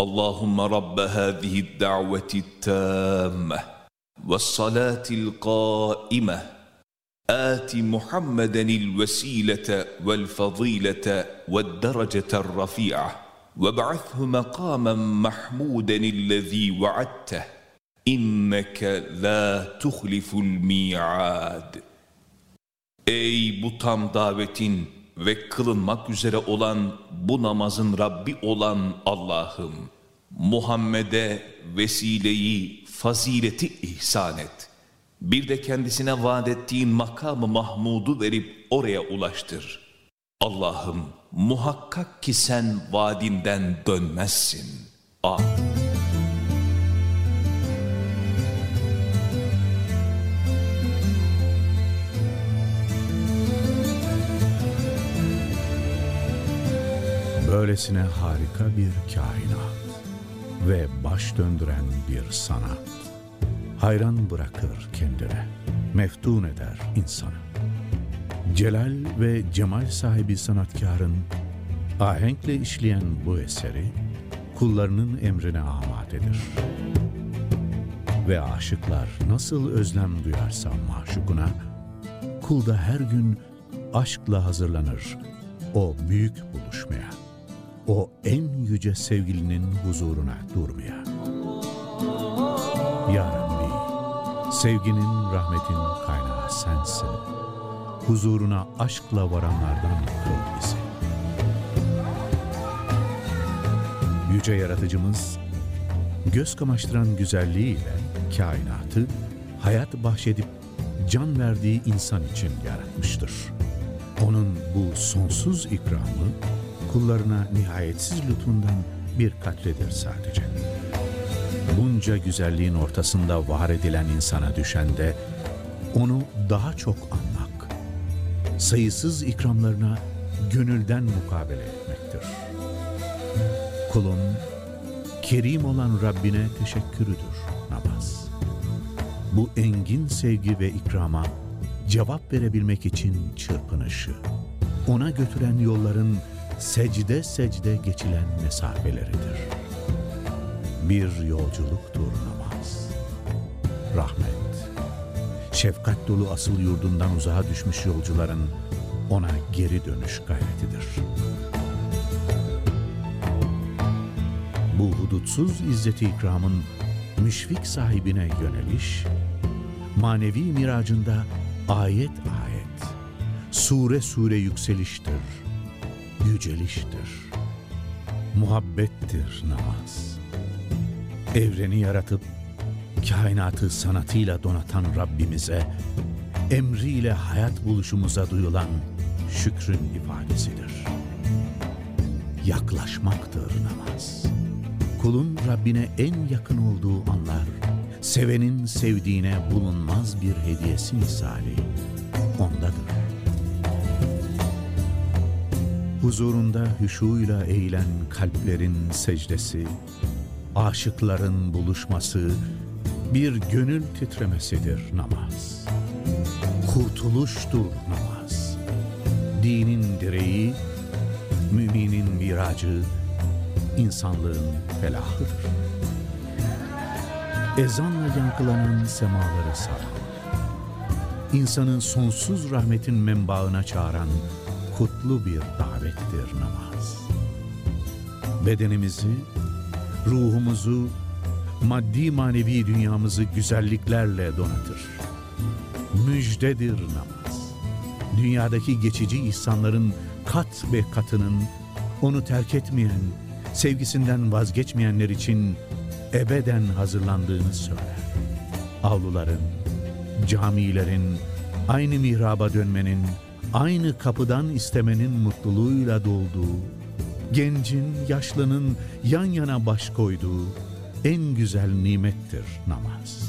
Allahümme Rabbe hâzihi da'veti tâmme ve salâtil qâime آت محمدا الوسيلة والفضيلة والدرجة الرفيعة وابعثه مقاما محمودا الذي وعدته إنك لا تخلف الميعاد. Ey bu tam davetin ve kılınmak üzere olan bu namazın Rabbi olan Allah'ım, Muhammed'e vesileyi, fazileti ihsan et. Bir de kendisine vaat ettiğin makamı Mahmud'u verip oraya ulaştır. Allah'ım, muhakkak ki sen vaadinden dönmezsin. Amin. Böylesine harika bir kainat ve baş döndüren bir sanat. Hayran bırakır kendine, meftun eder insanı. Celal ve cemal sahibi sanatkarın ahenkle işleyen bu eseri kullarının emrine amadedir. Ve aşıklar nasıl özlem duyarsa maşukuna, kul da her gün aşkla hazırlanır o büyük buluşmaya, o en yüce sevgilinin huzuruna durmaya. Ya Rabbi, sevginin, rahmetin kaynağı sensin. Huzuruna aşkla varanlardan kıl bizi. Yüce Yaratıcımız, göz kamaştıran güzelliğiyle kainatı hayat bahşedip can verdiği insan için yaratmıştır. Onun bu sonsuz ikramı kullarına nihayetsiz lütfundan bir katledir sadece. Bunca güzelliğin ortasında var edilen insana düşen de onu daha çok anmak, sayısız ikramlarına gönülden mukabele etmektir. Kulun kerim olan Rabbine teşekkürüdür namaz. Bu engin sevgi ve ikrama cevap verebilmek için çırpınışı, ona götüren yolların secde secde geçilen mesafeleridir. Bir yolculuktur namaz. Rahmet, şefkat dolu asıl yurdundan uzağa düşmüş yolcuların ona geri dönüş gayretidir. Bu hudutsuz izzet-i ikramın müşfik sahibine yöneliş, manevi miracında ayet ayet, sure sure yükseliştir, yüceliştir, muhabbettir namaz. Evreni yaratıp kainatı sanatıyla donatan Rabbimize, emriyle hayat buluşumuza duyulan şükrün ifadesidir. Yaklaşmaktır namaz. Kulun Rabbine en yakın olduğu anlar, sevenin sevdiğine bulunmaz bir hediyesi misali ondadır. Huzurunda huşuyla eğilen kalplerin secdesi, aşıkların buluşması, bir gönül titremesidir namaz. Kurtuluştur namaz. Dinin direği, müminin miracı, insanlığın felahıdır. Ezanla yankılanan semaları saran, insanın sonsuz rahmetin menbaına çağıran kutlu bir davettir namaz. Bedenimizi, ruhumuzu, maddi manevi dünyamızı güzelliklerle donatır. Müjdedir namaz. Dünyadaki geçici ihsanların kat ve katının onu terk etmeyen, sevgisinden vazgeçmeyenler için ebeden hazırlandığını söyler. Avluların, camilerin, aynı mihraba dönmenin, aynı kapıdan istemenin mutluluğuyla dolduğu, gencin, yaşlının yan yana baş koyduğu en güzel nimettir namaz.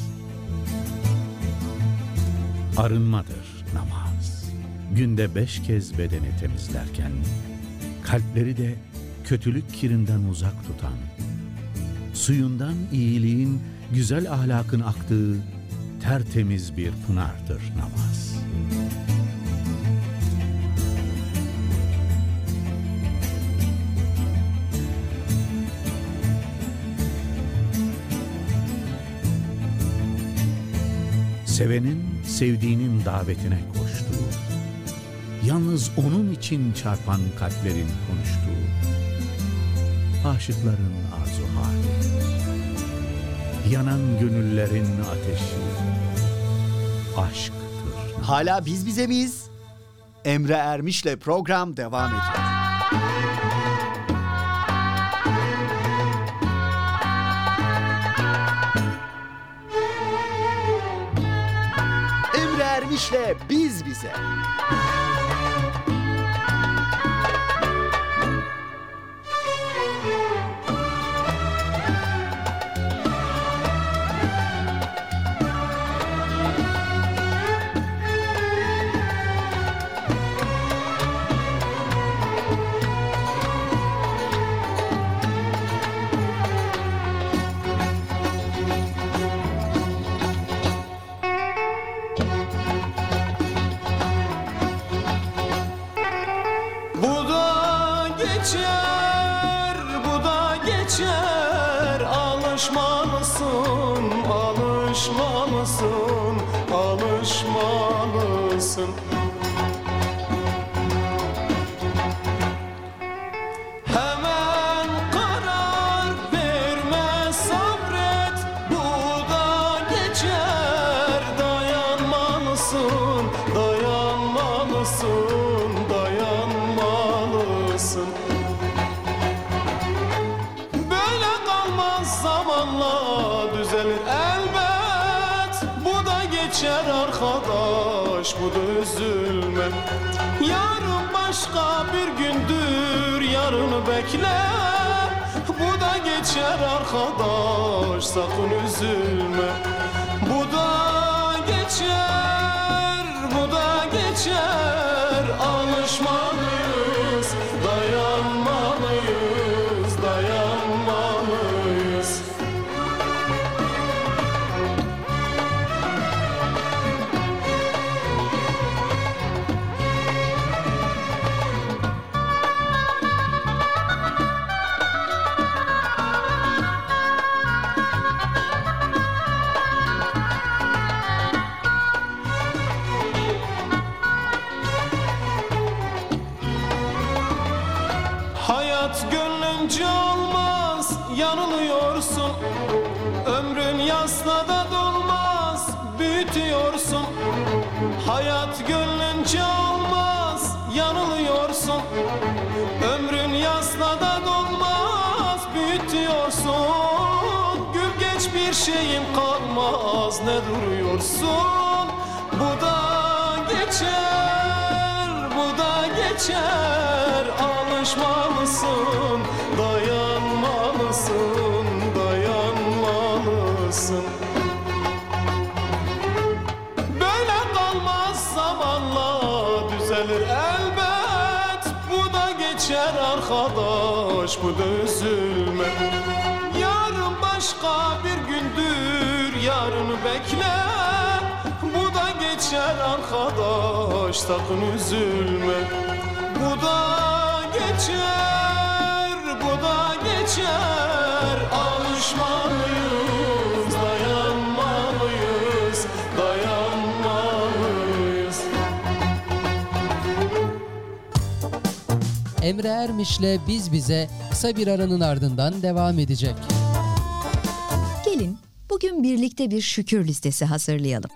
Arınmadır namaz. Günde 5 kez bedeni temizlerken, kalpleri de kötülük kirinden uzak tutan, suyundan iyiliğin, güzel ahlakın aktığı tertemiz bir pınardır namaz. Sevenin sevdiğinin davetine koştuğu, yalnız onun için çarpan kalplerin konuştuğu, aşıkların arzu hali, yanan gönüllerin ateşi, aşktır. Hala biz bize miyiz? Emre Ermiş'le program devam ediyor. Emre Ermiş'le biz bize. Alışmalısın. Hemen karar verme, sabret, bu da geçer. Dayanmalısın, dayanmalısın, dayanmalısın. Böyle kalmaz, zamanla düzelir elbet. Bu da geçer arkadaş, bu da üzülme. Yarın başka bir gündür, yarını bekle. Bu da geçer arkadaş, sakın üzülme. Bu da geçer, bu da geçer. Alışmalıyız, dayanmalıyız, dayanmalıyız. Hayat gönlünce olmaz, yanılıyorsun. Ömrün yasla da dolmaz, büyütüyorsun. Hayat gönlünce olmaz, yanılıyorsun. Ömrün yasla da dolmaz, büyütüyorsun. Gül geç, bir şeyin kalmaz, ne duruyorsun? Bu da geçer, bu da geçer. Alışmalısın, dayanmalısın, dayanmalısın. Böyle kalmaz, zamanla düzelir elbet. Bu da geçer arkadaş, bu da üzülme. Yarın başka bir gündür, yarını bekle. Bu da geçer arkadaş, sakın üzülme. Bu da geçer, bu da geçer. Alışmalıyız, dayanmalıyız, dayanmalıyız. Emre Ermiş'le Biz Bize kısa bir aranın ardından devam edecek. Gelin bugün birlikte bir şükür listesi hazırlayalım.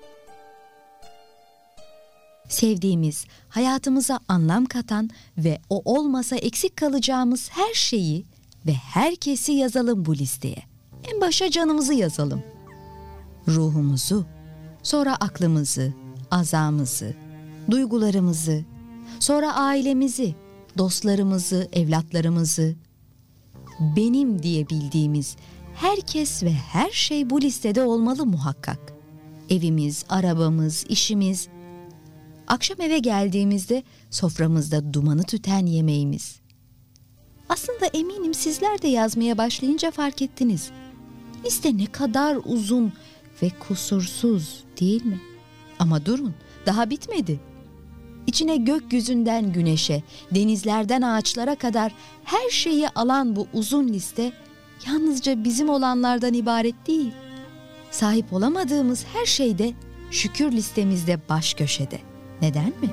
Sevdiğimiz, hayatımıza anlam katan ve o olmasa eksik kalacağımız her şeyi ve herkesi yazalım bu listeye. En başa canımızı yazalım. Ruhumuzu, sonra aklımızı, azamızı, duygularımızı, sonra ailemizi, dostlarımızı, evlatlarımızı, benim diye bildiğimiz herkes ve her şey bu listede olmalı muhakkak. Evimiz, arabamız, işimiz, akşam eve geldiğimizde soframızda dumanı tüten yemeğimiz. Aslında eminim sizler de yazmaya başlayınca fark ettiniz. Liste ne kadar uzun ve kusursuz değil mi? Ama durun, daha bitmedi. İçine gökyüzünden güneşe, denizlerden ağaçlara kadar her şeyi alan bu uzun liste yalnızca bizim olanlardan ibaret değil. Sahip olamadığımız her şeyde şükür listemizde baş köşede. Neden mi?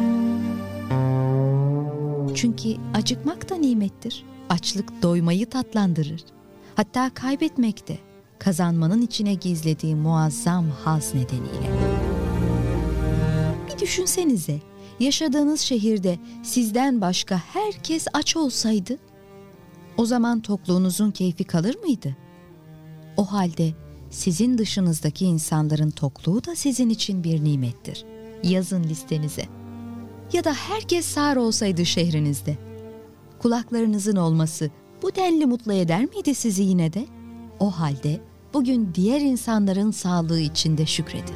Çünkü acıkmak da nimettir. Açlık doymayı tatlandırır. Hatta kaybetmek de kazanmanın içine gizlediği muazzam haz nedeniyle. Bir düşünsenize, yaşadığınız şehirde sizden başka herkes aç olsaydı, o zaman tokluğunuzun keyfi kalır mıydı? O halde sizin dışınızdaki insanların tokluğu da sizin için bir nimettir. Yazın listenize. Ya da herkes sağır olsaydı şehrinizde, kulaklarınızın olması bu denli mutlu eder miydi sizi yine de? O halde bugün diğer insanların sağlığı için de şükredin.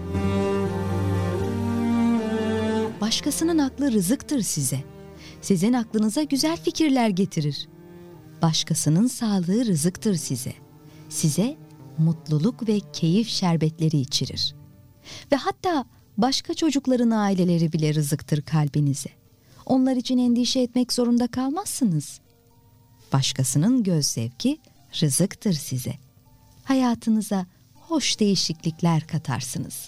Başkasının aklı rızıktır size. Sizin aklınıza güzel fikirler getirir. Başkasının sağlığı rızıktır size. Size mutluluk ve keyif şerbetleri içirir. Ve hatta başka çocukların aileleri bile rızıktır kalbinize. Onlar için endişe etmek zorunda kalmazsınız. Başkasının göz zevki rızıktır size. Hayatınıza hoş değişiklikler katarsınız.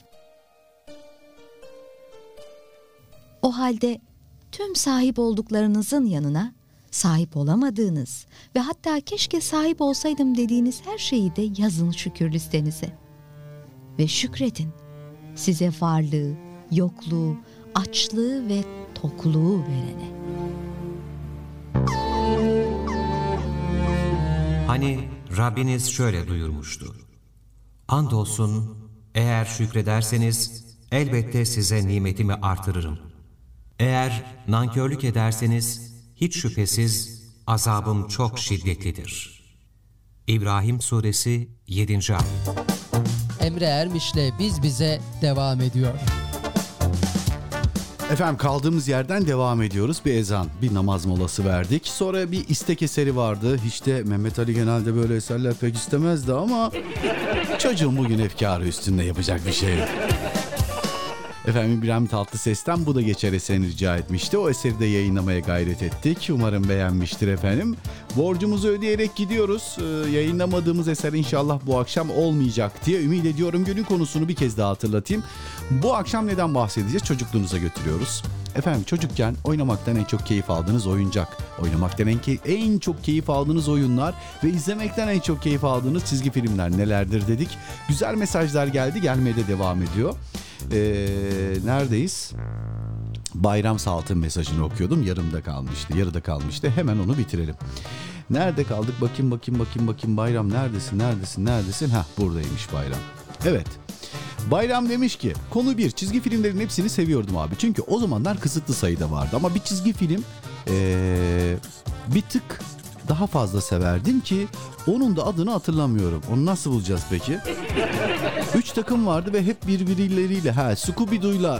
O halde tüm sahip olduklarınızın yanına sahip olamadığınız ve hatta keşke sahip olsaydım dediğiniz her şeyi de yazın şükür listenize. Ve şükredin size varlığı, yokluğu, açlığı ve tokluğu verene. Hani Rabbiniz şöyle buyurmuştu: Andolsun eğer şükrederseniz elbette size nimetimi artırırım. Eğer nankörlük ederseniz hiç şüphesiz azabım çok şiddetlidir. İbrahim Suresi 7. Ayet. Emre Ermiş'le Biz Bize devam ediyor. Efendim kaldığımız yerden devam ediyoruz. Bir ezan, bir namaz molası verdik. Sonra bir istek eseri vardı. Hiç de Mehmet Ali genelde böyle eserler pek istemezdi ama çocuğun bugün efkarı üstünde yapacak bir şey yok. Efendim İbrahim Tatlıses'ten Bu Da Geçer eserini rica etmişti. O eseri de yayınlamaya gayret ettik. Umarım beğenmiştir efendim. Borcumuzu ödeyerek gidiyoruz. Yayınlamadığımız eser inşallah bu akşam olmayacak diye ümit ediyorum. Günün konusunu bir kez daha hatırlatayım. Bu akşam neden bahsedeceğiz? Çocukluğunuza götürüyoruz. Efendim çocukken oynamaktan en çok keyif aldığınız oyuncak, oynamaktan en çok keyif aldığınız oyunlar ve izlemekten en çok keyif aldığınız çizgi filmler nelerdir dedik. Güzel mesajlar geldi, gelmeye de devam ediyor. Neredeyiz? Bayram Salt'ın mesajını okuyordum. Yarıda kalmıştı. Hemen onu bitirelim. Nerede kaldık? Bakayım. Bayram neredesin? Hah, buradaymış Bayram. Evet. Bayram demiş ki konu 1. Çizgi filmlerin hepsini seviyordum abi. Çünkü o zamanlar kısıtlı sayıda vardı. Ama bir çizgi film bir tık daha fazla severdim ki onun da adını hatırlamıyorum. Onu nasıl bulacağız peki? 3 takım vardı ve hep birbirleriyle. Scooby-Doo'yla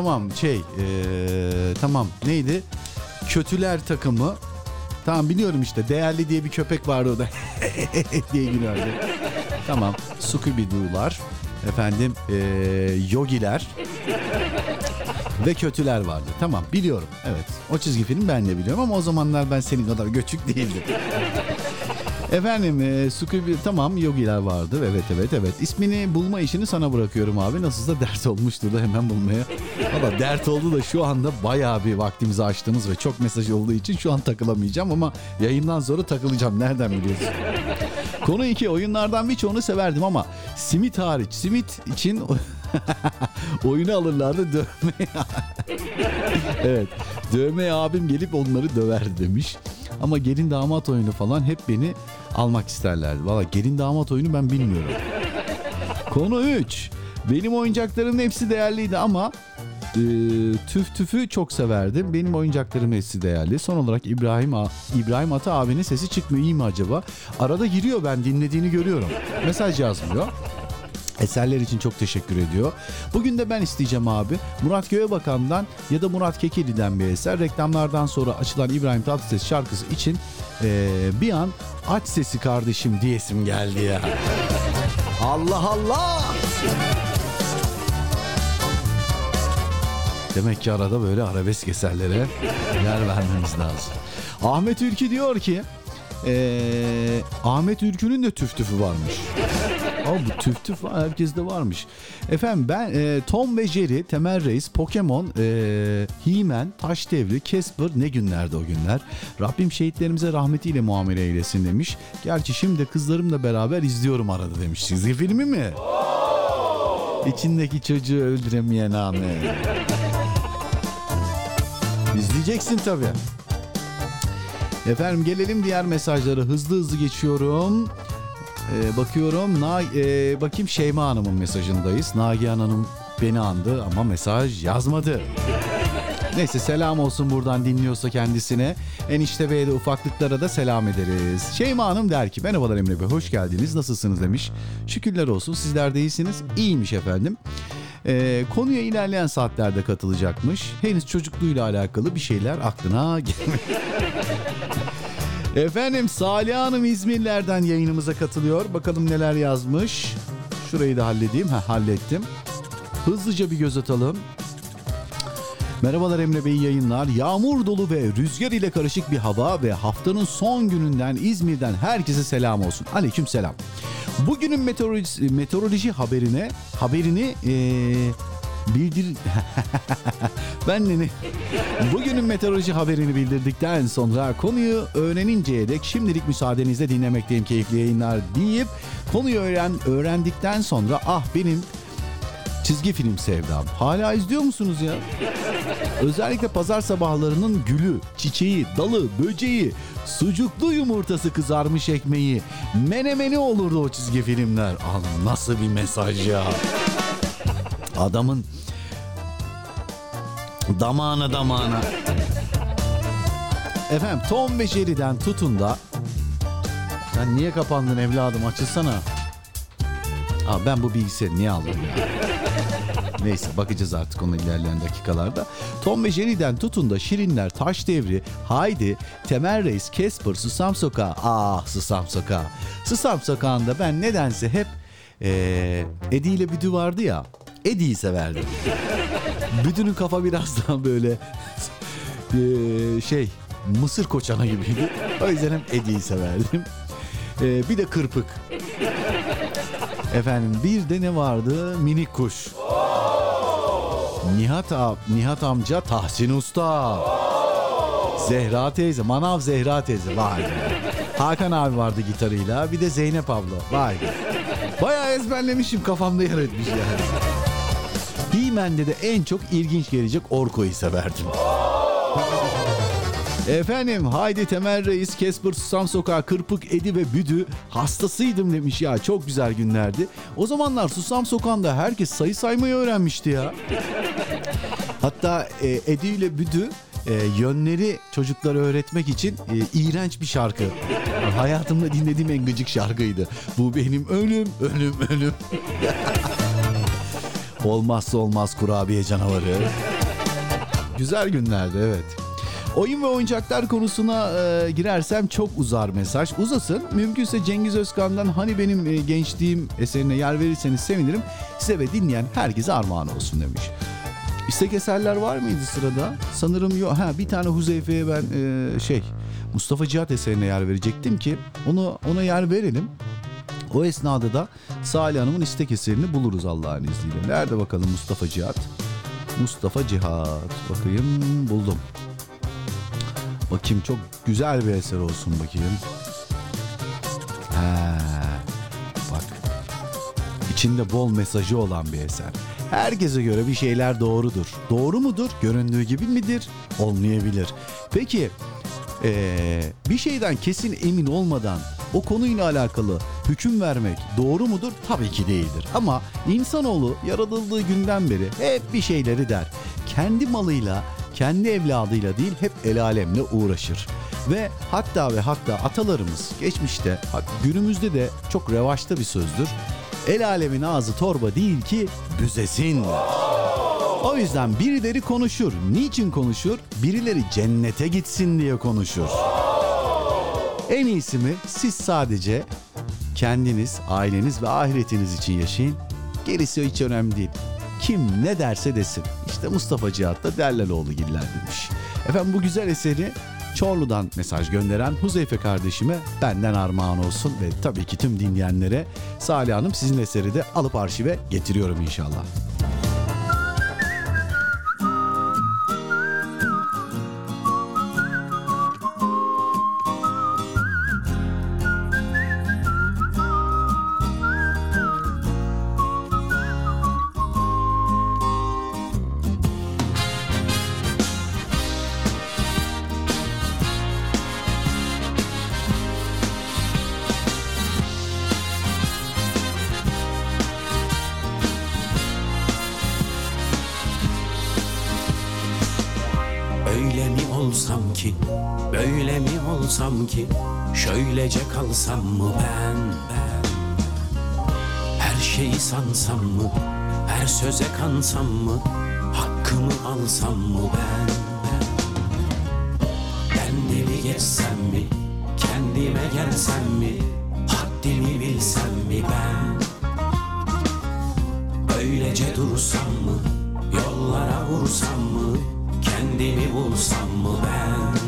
tamam neydi? Kötüler takımı. Tamam biliyorum işte. Değerli diye bir köpek vardı o da. diye gülüyordu. Tamam. Scooby-Doo'lar. Efendim Yogiler. Ve kötüler vardı. Tamam biliyorum. Evet. O çizgi film ben de biliyorum ama o zamanlar ben senin kadar göçük değildim. Efendim Scooby tamam Yogiler vardı. Evet. İsmini bulma işini sana bırakıyorum abi. Nasılsa dert olmuştur da hemen bulmaya. Valla dert oldu da şu anda bayağı bir vaktimizi açtınız ve çok mesaj olduğu için şu an takılamayacağım ama yayından sonra takılacağım. Nereden biliyorsun? Konu 2. Oyunlardan birçoğunu severdim ama simit hariç. Simit için oyunu alırlardı dövmeye. Evet. Dövmeye abim gelip onları döverdi demiş. Ama gelin damat oyunu falan hep beni almak isterlerdi. Valla gelin damat oyunu ben bilmiyorum. Konu 3. Benim oyuncaklarımın hepsi değerliydi ama tüfü çok severdim. Benim oyuncaklarım hepsi değerli. Son olarak İbrahim Ata abinin sesi çıkmıyor. İyi mi acaba? Arada giriyor, ben dinlediğini görüyorum. Mesaj yazmıyor. Eserler için çok teşekkür ediyor. Bugün de ben isteyeceğim abi. Murat Göğebakan'dan ya da Murat Kekilli'den bir eser. Reklamlardan sonra açılan İbrahim Tatlıses şarkısı için bir an aç sesi kardeşim diyesim geldi ya. Allah Allah! Demek ki arada böyle arabesk eserlere yer vermemiz lazım. Ahmet Ülkü diyor ki Ahmet Ülkü'nün de tüfü varmış. Bu tüf tüf herkeste varmış. Efendim ben Tom ve Jerry, Temel Reis, Pokemon, He-Man, Taş Devri, Casper, ne günlerdi o günler. Rabbim şehitlerimize rahmetiyle muamele eylesin demiş. Gerçi şimdi de kızlarımla beraber izliyorum arada demiş. Çizgi filmi mi? İçindeki çocuğu öldüremeyen Ahmet. İzleyeceksin tabii. Efendim gelelim diğer mesajlara. Hızlı geçiyorum. Bakıyorum. Bakayım Şeyma Hanım'ın mesajındayız. Nagihan Hanım beni andı ama mesaj yazmadı. Neyse selam olsun buradan dinliyorsa kendisine. Enişte Bey'e de ufaklıklara da selam ederiz. Şeyma Hanım der ki merhabalar Emre Bey, hoş geldiniz, nasılsınız demiş. Şükürler olsun, sizler de iyisiniz. İyiymiş efendim. Konuya ilerleyen saatlerde katılacakmış. Henüz çocukluğuyla alakalı bir şeyler aklına gelmiyor. Efendim Salih Hanım İzmirler'den yayınımıza katılıyor. Bakalım neler yazmış. Şurayı da halledeyim. Hallettim. Hızlıca bir göz atalım. Merhabalar Emre Bey, yayınlar. Yağmur dolu ve rüzgar ile karışık bir hava ve haftanın son gününden İzmir'den herkese selam olsun. Aleyküm selam. Bugünün meteoroloji haberini Bugünün meteoroloji haberini bildirdikten sonra konuyu öğreninceye dek şimdilik müsaadenizle dinlemekteyim, keyifli yayınlar deyip konuyu öğrendikten sonra benim çizgi film sevdam. Hala izliyor musunuz ya? Özellikle pazar sabahlarının gülü, çiçeği, dalı, böceği, sucuklu yumurtası, kızarmış ekmeği, menemeni olurdu o çizgi filmler. Nasıl bir mesaj ya. Adamın damağına. Efendim Tom ve Jerry'den tutun da. Sen niye kapandın evladım, açılsana. Ben bu bilgisayarı niye aldım ya? Neyse bakacağız artık ona ilerleyen dakikalarda. Tom ve Jerry'den tutun da Şirinler, Taş Devri, Haydi, Temel Reis, Casper, Susam Sokağı. Susam Sokağı. Susam Sokağı'nda ben nedense hep Eddie ile Büdü vardı ya. Eddie'yi severdim. Büdü'nün kafa biraz daha böyle mısır koçana gibiydi. O yüzden hep Eddie'yi severdim. Bir de Kırpık. Efendim bir de ne vardı? Minik Kuş. Nihat amca, Tahsin Usta. Zehra teyze, Manav Zehra teyze. Vay be. Hakan abi vardı gitarıyla. Bir de Zeynep abla. Vay be. Bayağı ezberlemişim, kafamda yer etmiş yani. He-Man'de de en çok ilginç gelecek Orko'yu severdim. Efendim Haydi, Temel Reis, Casper, Susam Sokağı, Kırpık, Edi ve Büdü hastasıydım demiş ya, çok güzel günlerdi. O zamanlar Susam Sokağı'nda herkes sayı saymayı öğrenmişti ya. Hatta Edi ile Büdü yönleri çocuklara öğretmek için iğrenç bir şarkı. Hayatımda dinlediğim en gıcık şarkıydı. Bu benim ölüm. Olmazsa olmaz kurabiye canavarı. Güzel günlerdi, evet. Oyun ve oyuncaklar konusuna girersem çok uzar mesaj. Uzasın. Mümkünse Cengiz Özkan'dan Hani Benim Gençliğim eserine yer verirseniz sevinirim. Size ve dinleyen herkese armağan olsun demiş. İstek eserler var mıydı sırada? Sanırım yok. Bir tane Huzeyfe'ye ben Mustafa Cihat eserine yer verecektim ki ona yer verelim. O esnada da Salih Hanım'ın istek eserini buluruz Allah'ın izniyle. Nerede bakalım Mustafa Cihat? Mustafa Cihat. Bakayım, buldum. Bakayım, çok güzel bir eser olsun bakayım. Bak. İçinde bol mesajı olan bir eser. Herkese göre bir şeyler doğrudur. Doğru mudur? Göründüğü gibi midir? Olmayabilir. Peki bir şeyden kesin emin olmadan o konuyla alakalı hüküm vermek doğru mudur? Tabii ki değildir. Ama insanoğlu yaratıldığı günden beri hep bir şeyleri der. Kendi malıyla, kendi evladıyla değil, hep el alemle uğraşır. Ve hatta atalarımız geçmişte, günümüzde de çok revaçta bir sözdür. El alemin ağzı torba değil ki büzesin. O yüzden birileri konuşur. Niçin konuşur? Birileri cennete gitsin diye konuşur. En iyisi mi? Siz sadece kendiniz, aileniz ve ahiretiniz için yaşayın. Gerisi hiç önemli değil. Kim ne derse desin. İşte Mustafa Cihat da Derleloğlu giller demiş. Efendim bu güzel eseri Çorlu'dan mesaj gönderen Huzeyfe kardeşime benden armağan olsun ve tabii ki tüm dinleyenlere Salih Hanım sizin eseri de alıp arşive getiriyorum inşallah. Öyle mi olsam ki, böyle mi olsam ki, şöylece kalsam mı ben? Her şeyi sansam mı, her söze kansam mı, hakkımı alsam mı ben? Kendimi geçsem mi, kendime gelsem mi, haddimi bilsem mi ben? Öylece dursam mı, yollara vursam mı, kendimi bulsam mı ben?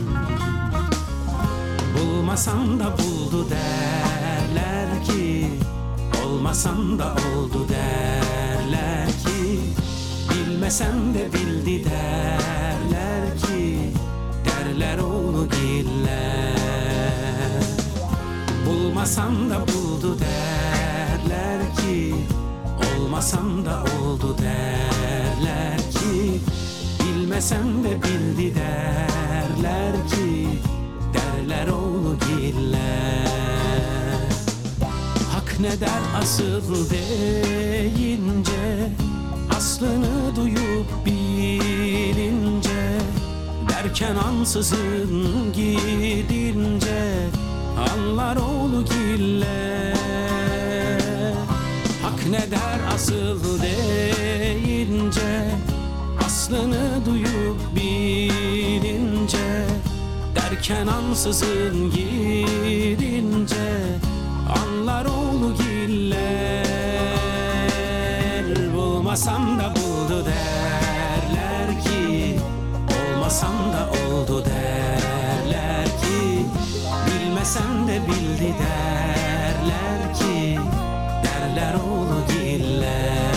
Bulmasam da buldu derler ki, olmasam da oldu derler ki, bilmesem de bildi derler ki, derler onu diller. Bulmasam da buldu derler ki, olmasam da oldu derler ki, bilmesem de bildi derler ki, derler oğlu giller. Hak ne der asıl deyince, aslını duyup bilince, derken ansızın gidince, anlar oğlu giller. Hak ne der asıl deyince, aslını duyup bilince, derken ansızın gidince, anlar oğlu giller. Bulmasam da buldu derler ki, olmasam da oldu derler ki, bilmesem de bildi derler ki, derler oğlu giller.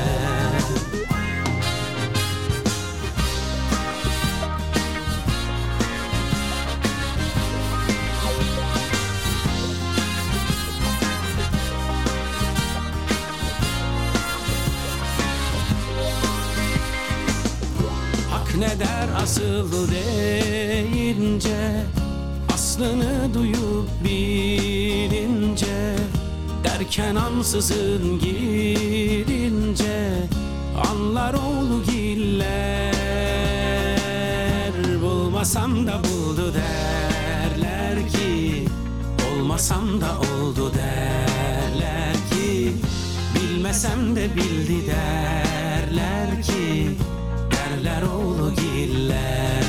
Ne der asıl deyince, aslını duyup bilince, derken ansızın gidince, anlar oğlu giller. Bulmasam da buldu derler ki, olmasam da oldu derler ki, bilmesem de bildi derler ki, derler oğlu giller.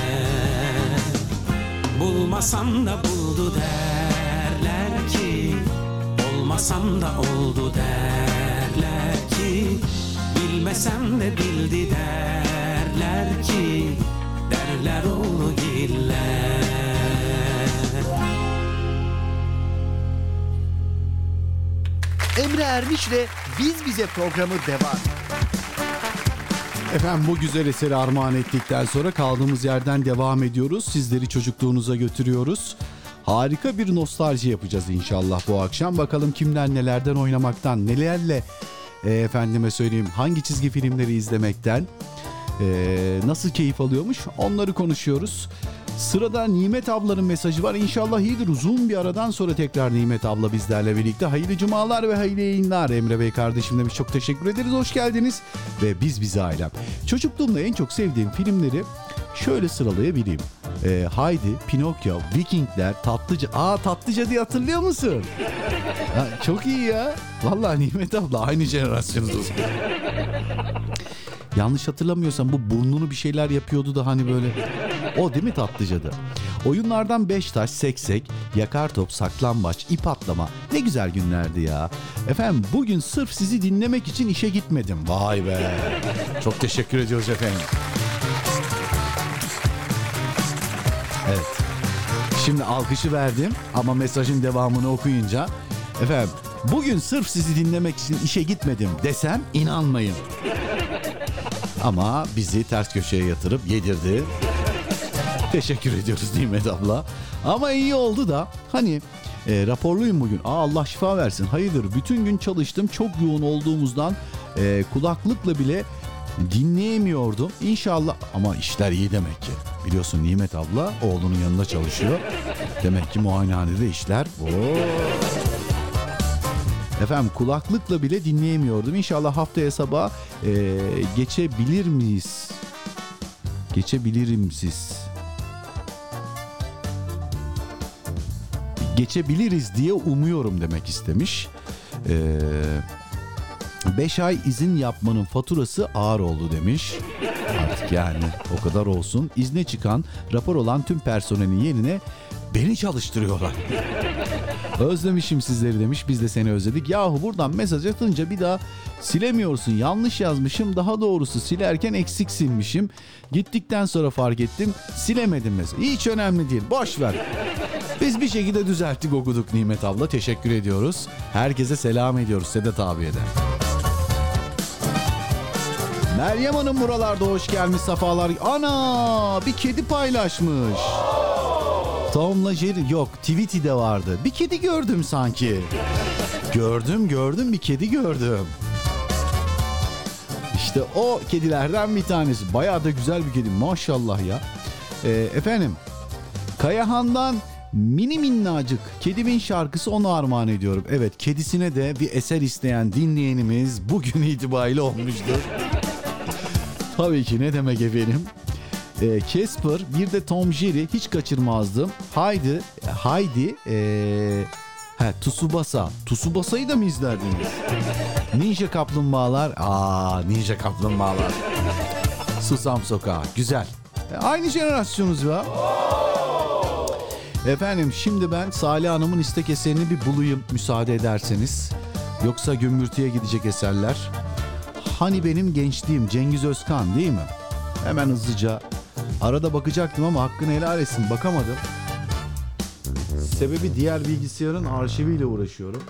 Bulmasam da buldu derler ki, olmasam da oldu derler ki, bilmesem de bildi derler ki, derler oğlu giller. Emre Ermiş'le Biz Bize programı devam. Efendim bu güzel eseri armağan ettikten sonra kaldığımız yerden devam ediyoruz. Sizleri çocukluğunuza götürüyoruz. Harika bir nostalji yapacağız inşallah bu akşam. Bakalım kimler nelerden oynamaktan, nelerle efendime söyleyeyim hangi çizgi filmleri izlemekten nasıl keyif alıyormuş onları konuşuyoruz. Sırada Nimet ablanın mesajı var. İnşallah iyidir. Uzun bir aradan sonra tekrar Nimet abla bizlerle birlikte. Hayırlı cumalar ve hayırlı yayınlar. Emre Bey kardeşim demiş. Çok teşekkür ederiz. Hoş geldiniz. Ve Biz Bize ailem. Çocukluğumda en çok sevdiğim filmleri şöyle sıralayabileyim. Haydi, Pinokyo, Vikingler, Tatlıca. Tatlıca diye hatırlıyor musun? Çok iyi ya. Vallahi Nimet abla aynı jenerasyonuz. Yanlış hatırlamıyorsam bu burnunu bir şeyler yapıyordu da hani böyle. O değil mi Tatlıca'da? Oyunlardan 5 taş, seksek, yakar top, saklambaç, ip atlama. Ne güzel günlerdi ya. Efendim bugün sırf sizi dinlemek için işe gitmedim. Vay be. Çok teşekkür ediyoruz efendim. Evet. Şimdi alkışı verdim ama mesajın devamını okuyunca efendim bugün sırf sizi dinlemek için işe gitmedim desem inanmayın. Ama bizi ters köşeye yatırıp yedirdi. Teşekkür ediyoruz Nimet abla. Ama iyi oldu da hani raporluyum bugün. Allah şifa versin. Hayırdır bütün gün çalıştım. Çok yoğun olduğumuzdan kulaklıkla bile dinleyemiyordum. İnşallah ama işler iyi demek ki. Biliyorsun Nimet abla oğlunun yanında çalışıyor. Demek ki muayenehanede işler. Efendim kulaklıkla bile dinleyemiyordum. İnşallah haftaya sabah geçebilir miyiz? Geçebilirim siz. Geçebiliriz diye umuyorum demek istemiş. 5 ay izin yapmanın faturası ağır oldu demiş. Artık yani o kadar olsun. İzne çıkan, rapor olan tüm personelin yerine beni çalıştırıyorlar. Özlemişim sizleri demiş. Biz de seni özledik. Yahu buradan mesaj atınca bir daha silemiyorsun. Yanlış yazmışım. Daha doğrusu silerken eksik silmişim. Gittikten sonra fark ettim. Silemedim mesela. Hiç önemli değil. Boş ver. Biz bir şekilde düzelttik, okuduk Nimet abla. Teşekkür ediyoruz. Herkese selam ediyoruz Sedat abiye de. Meryem Hanım buralarda hoş gelmiş, safalar. Ana bir kedi paylaşmış. Tom'la Jerry yok, Tweety'de vardı. Bir kedi gördüm sanki. Gördüm bir kedi gördüm. İşte o kedilerden bir tanesi. Bayağı da güzel bir kedi maşallah ya. Efendim Kayahan'dan mini minnacık kedimin şarkısı, onu armağan ediyorum. Evet, kedisine de bir eser isteyen dinleyenimiz bugün itibariyle olmuştur. Tabii ki, ne demek efendim. Casper, bir de Tom Jerry hiç kaçırmazdım. Haydi Tsubasa. Tsubasa'yı da mı izlerdiniz? Ninja Kaplumbağalar. Ninja Kaplumbağalar. Susam Sokağı. Güzel. Aynı jenerasyonuz ya. Efendim şimdi ben Salih Hanım'ın istek eserini bir bulayım müsaade ederseniz. Yoksa gümbürtüye gidecek eserler. Hani benim gençliğim, Cengiz Özkan değil mi? Hemen hızlıca. Arada bakacaktım ama hakkını helal etsin, bakamadım. Sebebi diğer bilgisayarın arşiviyle uğraşıyorum.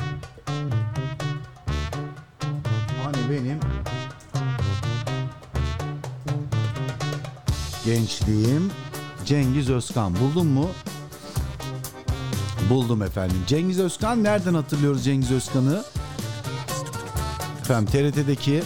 Hani benim gençliğim, Cengiz Özkan. Buldun mu? Buldum efendim. Cengiz Özkan, nereden hatırlıyoruz Cengiz Özkan'ı? Efendim TRT'deki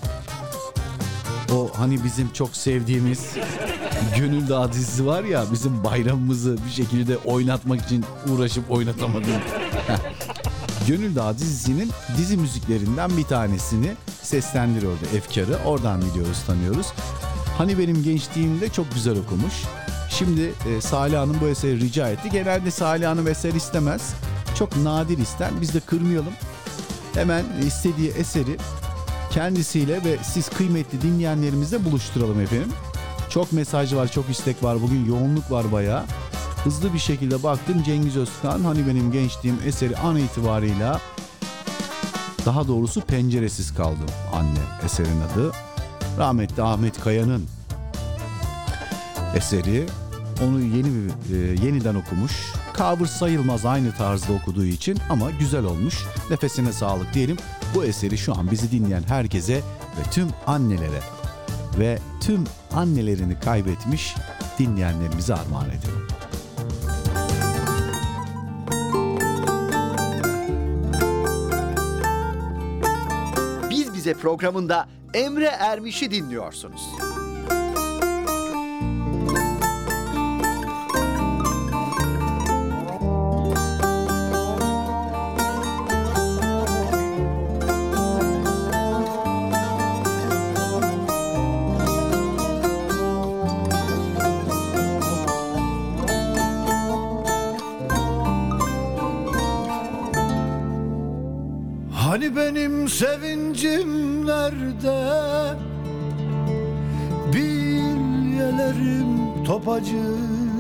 o hani bizim çok sevdiğimiz Gönül Dağı dizisi var ya, bizim bayramımızı bir şekilde oynatmak için uğraşıp oynatamadım. Gönül Dağı dizisinin dizi müziklerinden bir tanesini seslendiriyordu Efkar'ı. Oradan biliyoruz, tanıyoruz. Hani benim gençliğimde çok güzel okumuş. Şimdi Salih Hanım bu eseri rica etti. Genelde Salih Hanım eser istemez. Çok nadir ister. Biz de kırmayalım. Hemen istediği eseri kendisiyle ve siz kıymetli dinleyenlerimizle buluşturalım efendim. Çok mesaj var, çok istek var. Bugün yoğunluk var bayağı. Hızlı bir şekilde baktım. Cengiz Özkan, Hani Benim Gençliğim eseri an itibarıyla, daha doğrusu Penceresiz Kaldım Anne eserin adı. Rahmetli Ahmet Kaya'nın eseri. Onu yeniden okumuş. Cover sayılmaz aynı tarzda okuduğu için ama güzel olmuş. Nefesine sağlık diyelim. Bu eseri şu an bizi dinleyen herkese ve tüm annelere ve tüm annelerini kaybetmiş dinleyenlerimize armağan ediyorum. Biz Bize programında Emre Ermiş'i dinliyorsunuz. Hani benim sevincim nerede? Bilyelerim topacı,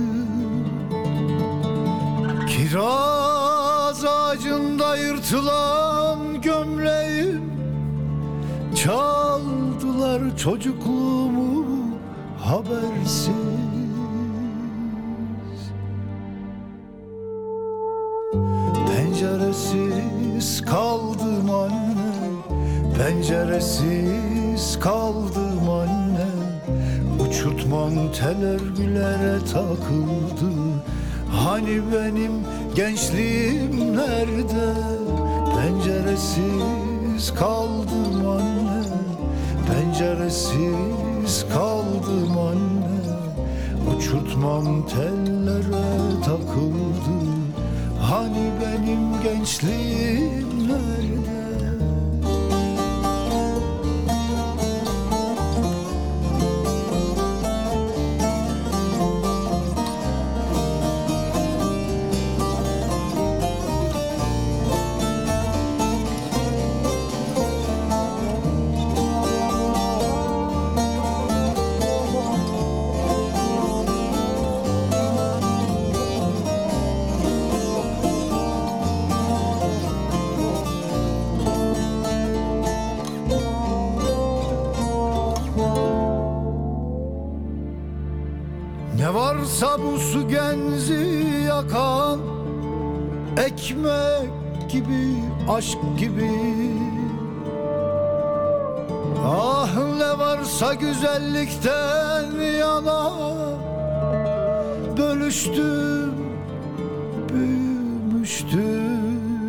kiraz ağacında yırtılan gömleğim, çaldılar çocukluğumu habersiz. penceresiz kaldım anne, penceresiz kaldım anne. Uçurtman teler gülere takıldı. Hani benim gençliğim nerede? Penceresiz kaldım anne, penceresiz kaldım anne. Uçurtmam tellere takıldı. Hani benim gençliğim nerede? Ne varsa bu su genzi yakan, ekmek gibi, aşk gibi. Ah ne varsa güzellikten yana, bölüştüm, büyümüştüm.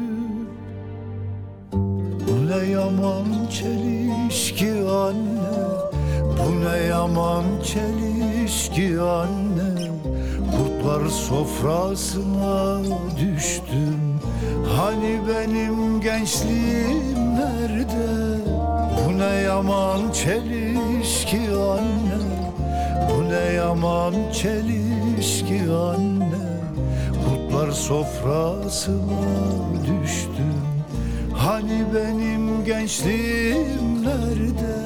Bu ne yaman çelişki anne, bu ne yaman çelişki anne. Kurtlar sofrasına düştüm. Hani benim gençliğim nerede? Bu ne yaman çelişki anne, bu ne yaman çelişki anne. Kurtlar sofrasına düştüm. Hani benim gençliğim nerede?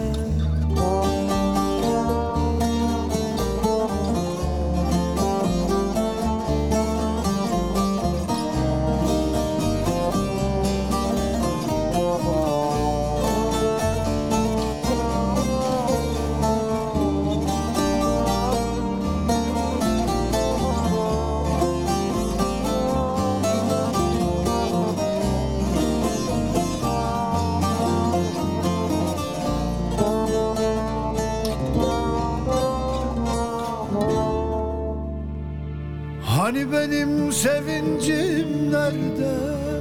Hani benim sevincim nerede?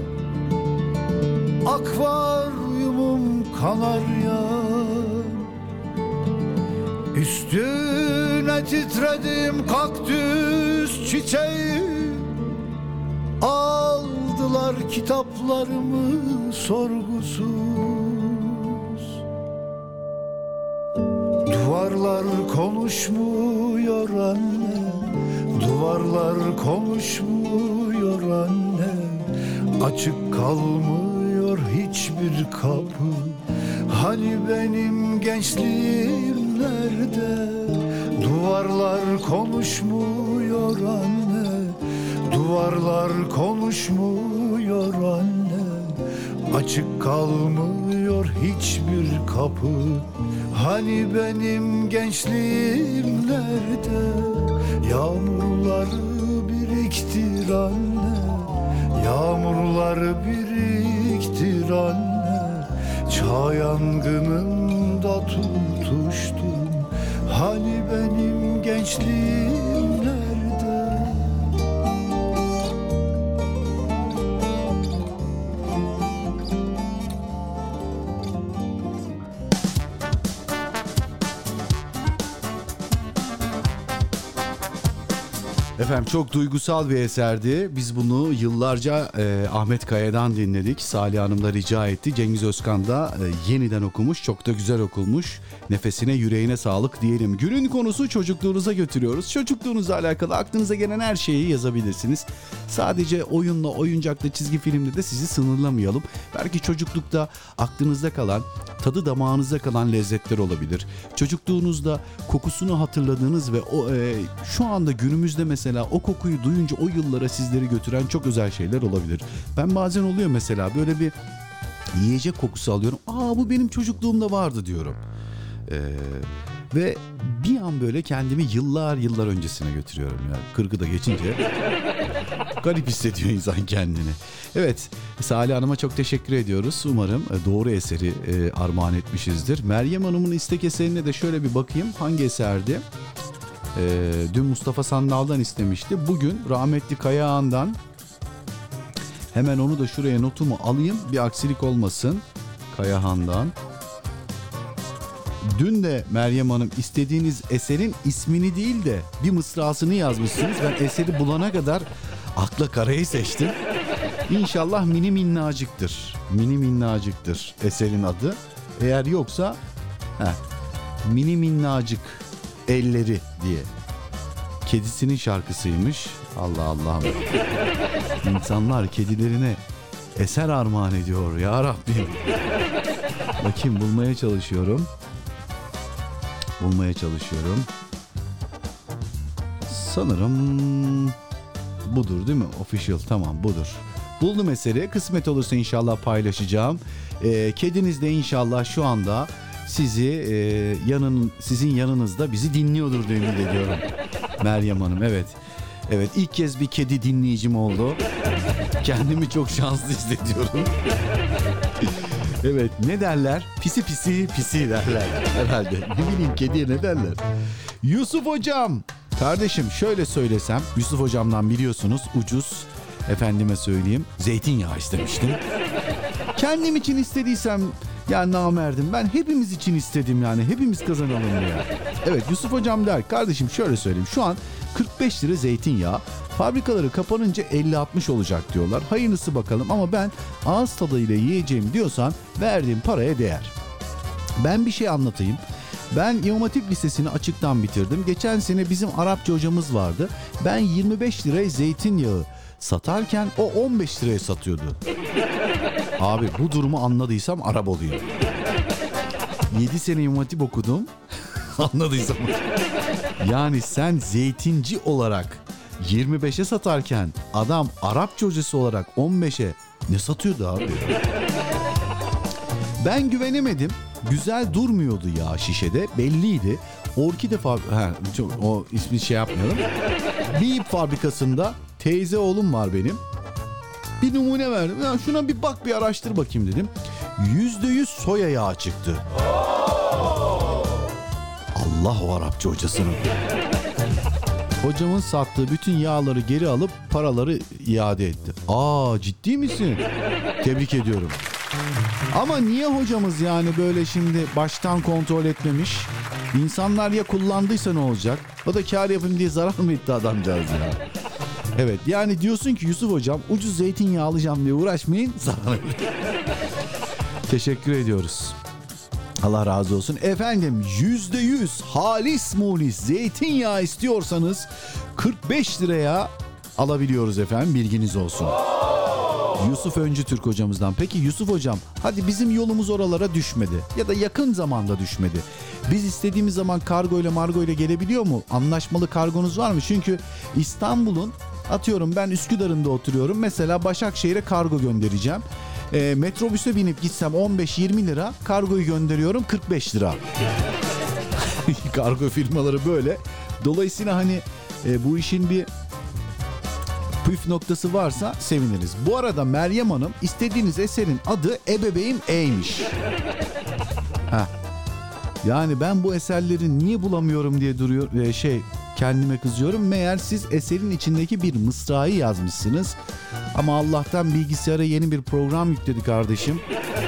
Akvaryumum kanarya, üstüne titredim kaktüs çiçeği. Aldılar kitaplarımı sorgusuz. Duvarlar konuşmuyor anne, duvarlar konuşmuyor anne. Açık kalmıyor hiçbir kapı. Hani benim gençliğim nerede? Duvarlar konuşmuyor anne, duvarlar konuşmuyor anne. Açık kalmıyor hiçbir kapı. Hani benim gençliğim nerede? Yağmurları biriktir anne, yağmurları biriktir anne. Çağ yangınında tutuştum. Hani benim gençliğim nerede? Efendim çok duygusal bir eserdi. Biz bunu yıllarca Ahmet Kaya'dan dinledik. Salih Hanım da rica etti. Cengiz Özkan da yeniden okumuş. Çok da güzel okunmuş. Nefesine yüreğine sağlık diyelim. Günün konusu çocukluğunuza götürüyoruz. Çocukluğunuzla alakalı aklınıza gelen her şeyi yazabilirsiniz. Sadece oyunla, oyuncakla, çizgi filmle de sizi sınırlamayalım. Belki çocuklukta aklınızda kalan, tadı damağınızda kalan lezzetler olabilir. Çocukluğunuzda kokusunu hatırladığınız ve şu anda günümüzde mesela o kokuyu duyunca o yıllara sizleri götüren çok özel şeyler olabilir. Ben bazen oluyor mesela böyle bir yiyecek kokusu alıyorum. Aa bu benim çocukluğumda vardı diyorum. Ve bir an böyle kendimi yıllar öncesine götürüyorum yani 40'ı da geçince. Garip hissediyor insan kendini. Evet, Salih Hanım'a çok teşekkür ediyoruz. Umarım doğru eseri armağan etmişizdir. Meryem Hanım'ın istek eserine de şöyle bir bakayım. Hangi eserdi? Dün Mustafa Sandal'dan istemişti. Bugün rahmetli Kaya Ağa'ndan. Hemen onu da şuraya notumu alayım. Bir aksilik olmasın. Kayahan'dan. Dün de Meryem Hanım istediğiniz eserin ismini değil de bir mısrasını yazmışsınız. Ben eseri bulana kadar akla karayı seçtim. İnşallah Mini Minnacık'tır. Mini Minnacık'tır eserin adı. Eğer yoksa Mini Minnacık Elleri diye. Kedisinin şarkısıymış. Allah Allah. İnsanlar kedilerine eser armağan ediyor ya Rabbim. Bakayım bulmaya çalışıyorum. Sanırım budur değil mi? Official, tamam budur. Buldum eseri. Kısmet olursa inşallah paylaşacağım. Kediniz de inşallah şu anda sizin yanınızda bizi dinliyordur diye ümit ediyorum. Meryem Hanım, evet. Evet, ilk kez bir kedi dinleyicim oldu. Kendimi çok şanslı hissediyorum. Evet, ne derler? Pisi pisi derler herhalde. Ne bileyim, kediye ne derler? Yusuf Hocam. Kardeşim şöyle söylesem, Yusuf Hocam'dan biliyorsunuz ucuz, efendime söyleyeyim, zeytinyağı istemiştim. Kendim için istediysem ya namerdim. Ben hepimiz için istedim yani. Hepimiz kazanalım diye. Evet, Yusuf Hocam der. Kardeşim şöyle söyleyeyim. Şu an 45 lira zeytinyağı. Fabrikaları kapanınca 50-60 olacak diyorlar. Hayırlısı bakalım, ama ben ağız tadıyla yiyeceğim diyorsan verdiğim paraya değer. Ben bir şey anlatayım. Ben İmam Hatip Lisesi'ni açıktan bitirdim. Geçen sene bizim Arapça hocamız vardı. Ben 25 liraya zeytinyağı satarken o 15 liraya satıyordu. Abi bu durumu anladıysam Arap olayım. 7 sene İmam Hatip okudum. Anladıysam. Yani sen zeytinci olarak 25'e satarken adam Arapça hocası olarak 15'e ne satıyordu abi? Ben güvenemedim. Güzel durmuyordu ya şişede. Belliydi. Orkide o ismi şey yapmıyorum. Bir ip fabrikasında teyze oğlum var benim. Bir numune verdim. Ya şuna bir bak, bir araştır bakayım dedim. %100 soya yağı çıktı. Allah o Arapça hocasını. Hocamın sattığı bütün yağları geri alıp paraları iade etti. Ciddi misin? Tebrik ediyorum. Ama niye hocamız yani böyle şimdi baştan kontrol etmemiş? İnsanlar ya kullandıysa ne olacak? O da kar yapayım diye zarar mı etti adamcağız ya? Evet, yani diyorsun ki Yusuf Hocam ucuz zeytinyağı alacağım diye uğraşmayın, zarar edin. Teşekkür ediyoruz. Allah razı olsun. Efendim %100 halis mulis zeytinyağı istiyorsanız 45 liraya alabiliyoruz efendim, bilginiz olsun. Yusuf Öncü Türk hocamızdan. Peki Yusuf Hocam, hadi bizim yolumuz oralara düşmedi ya da yakın zamanda düşmedi. Biz istediğimiz zaman kargo ile gelebiliyor mu? Anlaşmalı kargonuz var mı? Çünkü İstanbul'un, atıyorum ben Üsküdar'ında oturuyorum. Mesela Başakşehir'e kargo göndereceğim. Metrobüse binip gitsem 15-20 lira, kargoyu gönderiyorum 45 lira. Kargo firmaları böyle. Dolayısıyla hani bu işin bir püf noktası varsa seviniriz. Bu arada Meryem Hanım, istediğiniz eserin adı Ebebeğim E'ymiş. Yani ben bu eserleri niye bulamıyorum diye duruyor kendime kızıyorum. Meğer siz eserin içindeki bir mısrayı yazmışsınız. Ama Allah'tan bilgisayara yeni bir program yükledi kardeşim.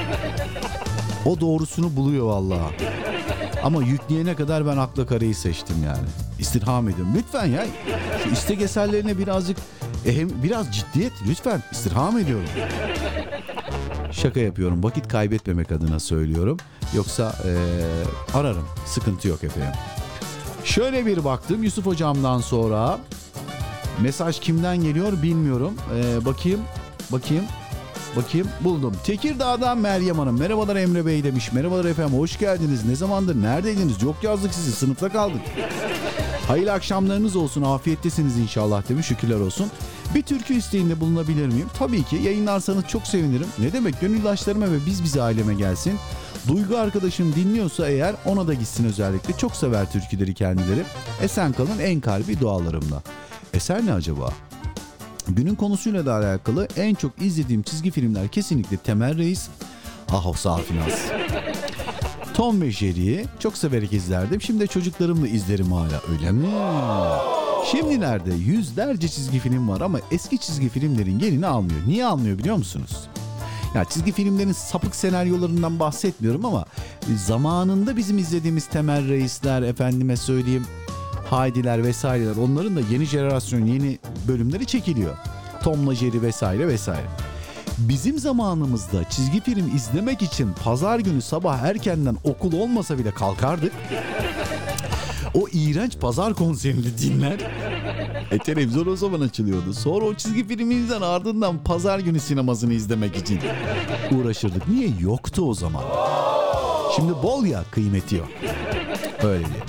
O doğrusunu buluyor vallahi. Ama yükleyene kadar ben akla karayı seçtim yani. İstirham ediyorum. Lütfen ya. Şu istek eserlerine biraz ciddiyet lütfen. İstirham ediyorum. Şaka yapıyorum. Vakit kaybetmemek adına söylüyorum. Yoksa ararım. Sıkıntı yok efendim. Şöyle bir baktım Yusuf Hocam'dan sonra. Mesaj kimden geliyor bilmiyorum. Bakayım. Buldum. Tekirdağ'dan Meryem Hanım. Merhabalar Emre Bey demiş. Merhabalar efendim, hoş geldiniz. Ne zamandır neredeydiniz? Yok yazdık sizi, sınıfta kaldık. Hayırlı akşamlarınız olsun. Afiyettesiniz inşallah demiş. Şükürler olsun. Bir türkü isteğinde bulunabilir miyim? Tabii ki, yayınlarsanız çok sevinirim. Ne demek, gönüldaşlarıma ve biz bize aileme gelsin. Duygu arkadaşım dinliyorsa eğer, ona da gitsin özellikle. Çok sever türküleri kendileri. Esen kalın, en kalbi dualarımla. Eser ne acaba? Günün konusuyla da alakalı en çok izlediğim çizgi filmler kesinlikle Temel Reis, Aho Safinaz, Tom ve Jerry'yi çok severek izlerdim. Şimdi de çocuklarımla izlerim hala, öyle mi? Şimdilerde yüzlerce çizgi film var ama eski çizgi filmlerin yerini almıyor. Niye almıyor biliyor musunuz? Ya çizgi filmlerin sapık senaryolarından bahsetmiyorum ama zamanında bizim izlediğimiz Temel Reisler, efendime söyleyeyim Haydi'ler vesaireler, onların da yeni jenerasyon yeni bölümleri çekiliyor. Tom'la Jerry vesaire vesaire. Bizim zamanımızda çizgi film izlemek için pazar günü sabah erkenden okul olmasa bile kalkardık. O iğrenç pazar konserini dinler. Televizyon o zaman açılıyordu. Sonra o çizgi filmimizden ardından pazar günü sinemasını izlemek için uğraşırdık. Niye? Yoktu o zaman. Şimdi bol ya, kıymeti yok. Öyle diyelim.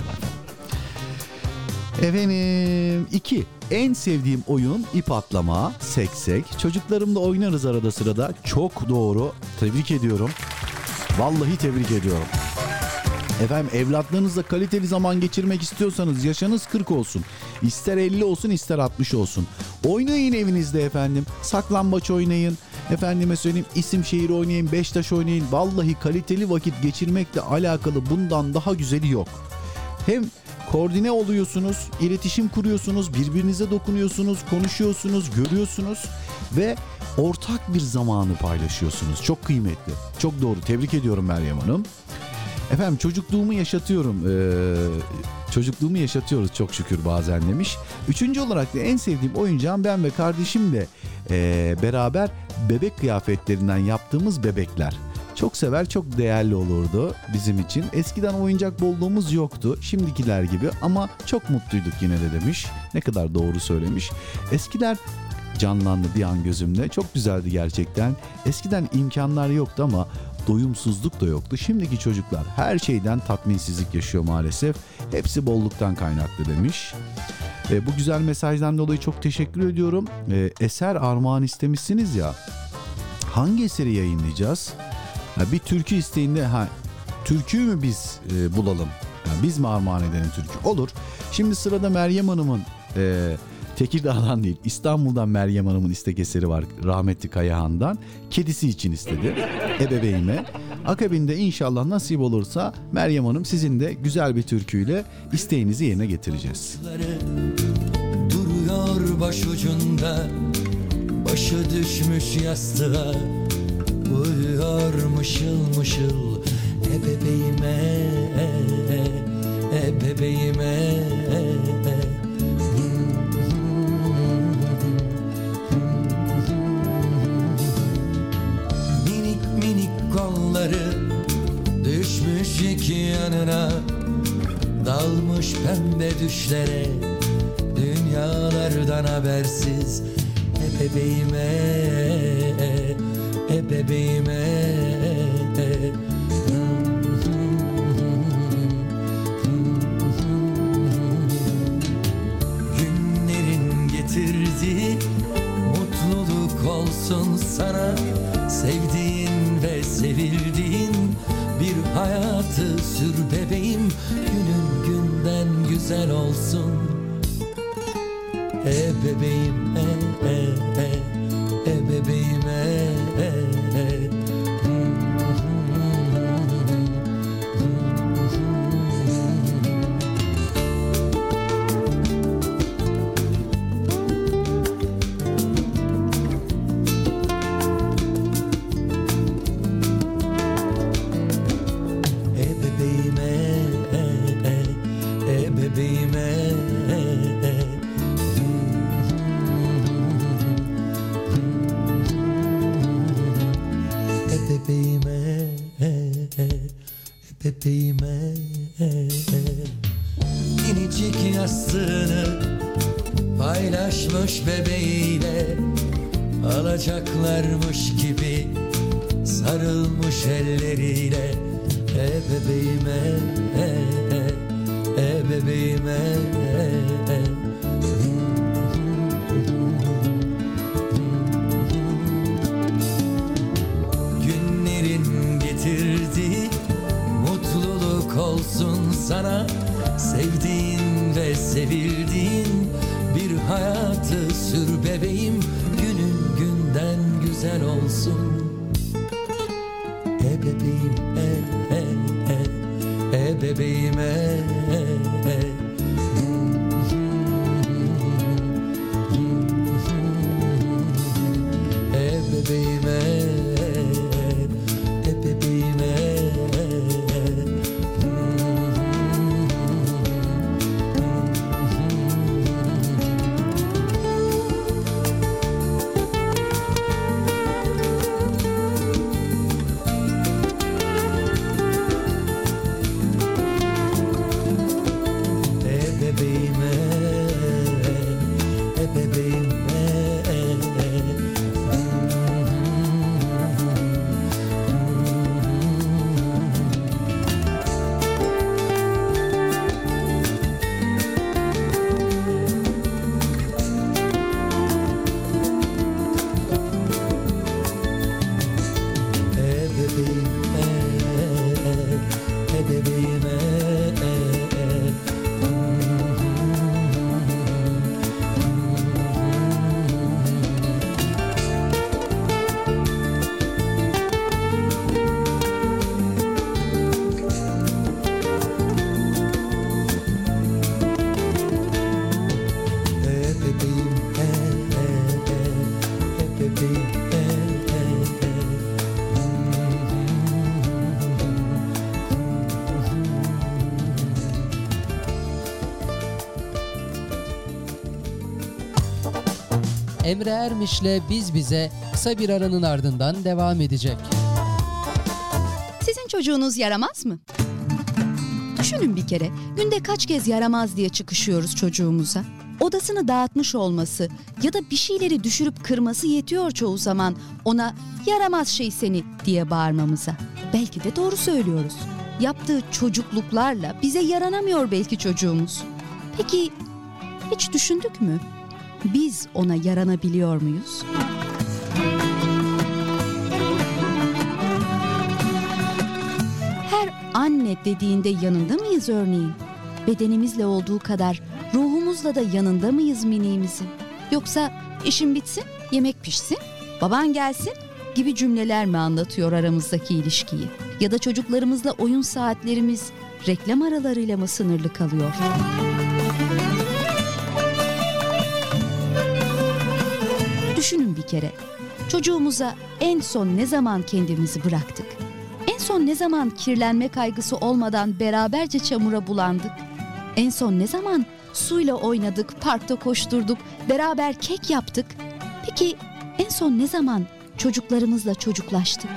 Efendim 2. En sevdiğim oyun ip atlama, seksek. Çocuklarımla oynarız arada sırada. Çok doğru. Tebrik ediyorum. Vallahi tebrik ediyorum. Efendim evlatlarınızla kaliteli zaman geçirmek istiyorsanız yaşınız 40 olsun. İster 50 olsun ister 60 olsun. Oynayın evinizde efendim. Saklambaç oynayın. Efendime söyleyeyim isim şehir oynayın. Beştaş oynayın. Vallahi kaliteli vakit geçirmekle alakalı bundan daha güzeli yok. Hem koordine oluyorsunuz, iletişim kuruyorsunuz, birbirinize dokunuyorsunuz, konuşuyorsunuz, görüyorsunuz ve ortak bir zamanı paylaşıyorsunuz. Çok kıymetli. Çok doğru. Tebrik ediyorum Meryem Hanım. Efendim çocukluğumu yaşatıyorum. Çocukluğumu yaşatıyoruz çok şükür bazen demiş. 3. olarak da en sevdiğim oyuncağım ben ve kardeşimle beraber bebek kıyafetlerinden yaptığımız bebekler. Çok sever, çok değerli olurdu bizim için. Eskiden oyuncak bolluğumuz yoktu. Şimdikiler gibi ama çok mutluyduk yine de demiş. Ne kadar doğru söylemiş. Eskiler canlandı bir an gözümde. Çok güzeldi gerçekten. Eskiden imkanlar yoktu ama doyumsuzluk da yoktu. Şimdiki çocuklar her şeyden tatminsizlik yaşıyor maalesef. Hepsi bolluktan kaynaklı demiş. Bu güzel mesajdan dolayı çok teşekkür ediyorum. Eser armağan istemişsiniz ya. Hangi eseri yayınlayacağız? Bir türkü isteğinde türküyü mü biz bulalım? Biz mi armağan edelim türkü? Olur. Şimdi sırada Meryem Hanım'ın Tekirdağ'dan değil İstanbul'dan Meryem Hanım'ın istek eseri var rahmetli Kayahan'dan. Kedisi için istedi. Ebeveynime. Akabinde inşallah nasip olursa Meryem Hanım sizin de güzel bir türküyle isteğinizi yerine getireceğiz. Duruyor başucunda, başı düşmüş yastığa, uyuyor mışıl mışıl bebeğime, bebeğime. Minik minik kolları düşmüş iki yanına, dalmış pembe düşlere, dünyalardan habersiz bebeğime, bebeğime. Günlerin getirdiği mutluluk olsun sana, sevdiğin ve sevildiğin bir hayatı sür bebeğim, günün günden güzel olsun. Bebeğim, bebeğim, bebeğime. Minicik yastığını paylaşmış bebeğiyle, alacaklarmış gibi sarılmış elleriyle. Bebeğime, bebeğime. Günlerin getirdiği mutluluk olsun sana, sevdiğin ve sevildiğin bir hayatı sür bebeğim, güzel olsun. Bebeğim bebeğim bebeğim bebeğim Emre Ermiş'le Biz Bize kısa bir aranın ardından devam edecek. Sizin çocuğunuz yaramaz mı? Düşünün bir kere, günde kaç kez yaramaz diye çıkışıyoruz çocuğumuza. Odasını dağıtmış olması ya da bir şeyleri düşürüp kırması yetiyor çoğu zaman ona yaramaz şey seni diye bağırmamıza. Belki de doğru söylüyoruz. Yaptığı çocukluklarla bize yaranamıyor belki çocuğumuz. Peki hiç düşündük mü? Biz ona yaranabiliyor muyuz? Her anne dediğinde yanında mıyız örneğin? Bedenimizle olduğu kadar ruhumuzla da yanında mıyız miniğimizin? Yoksa işin bitsin, yemek pişsin, baban gelsin gibi cümleler mi anlatıyor aramızdaki ilişkiyi? Ya da çocuklarımızla oyun saatlerimiz reklam aralarıyla mı sınırlı kalıyor? Düşünün bir kere, çocuğumuza en son ne zaman kendimizi bıraktık? En son ne zaman kirlenme kaygısı olmadan beraberce çamura bulandık? En son ne zaman suyla oynadık, parkta koşturduk, beraber kek yaptık? Peki en son ne zaman çocuklarımızla çocuklaştık?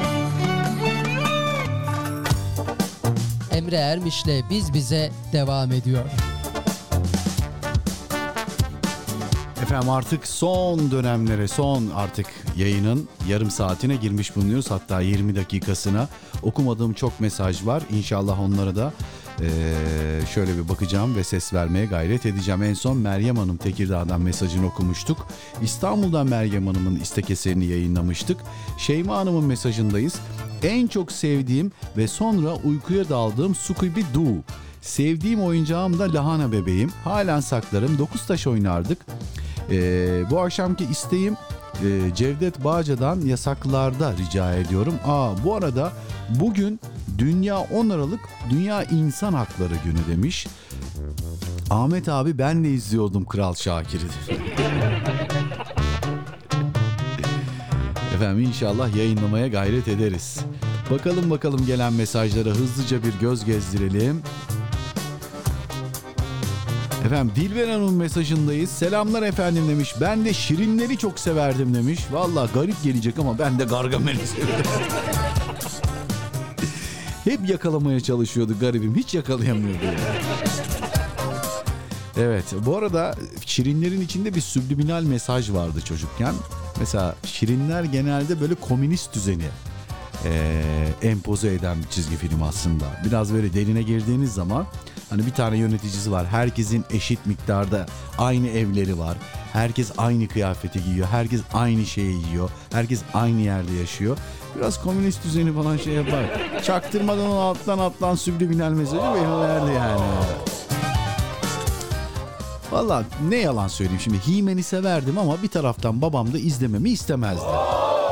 Emre Ermiş'le Biz Bize devam ediyor. Efendim artık son dönemlere, son artık yayının yarım saatine girmiş bulunuyoruz. Hatta 20 dakikasına. Okumadığım çok mesaj var. İnşallah onlara da şöyle bir bakacağım ve ses vermeye gayret edeceğim. En son Meryem Hanım Tekirdağ'dan mesajını okumuştuk. İstanbul'dan Meryem Hanım'ın istek eserini yayınlamıştık. Şeyma Hanım'ın mesajındayız. En çok sevdiğim ve sonra uykuya daldığım Scooby-Doo. Sevdiğim oyuncağım da lahana bebeğim. Halen saklarım. 9 taş oynardık. Bu akşamki isteğim Cevdet Bağcı'dan Yasaklarda rica ediyorum. Bu arada bugün Dünya 10 Aralık Dünya İnsan Hakları Günü demiş. Ahmet abi ben de izliyordum Kral Şakir'i. Efendim inşallah yayınlamaya gayret ederiz. Bakalım gelen mesajlara hızlıca bir göz gezdirelim. Efendim Dilber Hanım mesajındayız. Selamlar efendim demiş. Ben de şirinleri çok severdim demiş. Vallahi garip gelecek ama ben de Gargamel'i severdim. Hep yakalamaya çalışıyordu garibim. Hiç yakalayamıyordu. Evet bu arada şirinlerin içinde bir subliminal mesaj vardı çocukken. Mesela şirinler genelde böyle komünist düzeni empoze eden bir çizgi film aslında. Biraz böyle derine girdiğiniz zaman hani bir tane yöneticisi var. Herkesin eşit miktarda aynı evleri var. Herkes aynı kıyafeti giyiyor. Herkes aynı şeyi yiyor. Herkes aynı yerde yaşıyor. Biraz komünist düzeni falan şey yapar. Çaktırmadan o alttan subliminal mesajı verirlerdi yani. Vallahi ne yalan söyleyeyim şimdi He-Man'i severdim ama bir taraftan babam da izlememi istemezdi.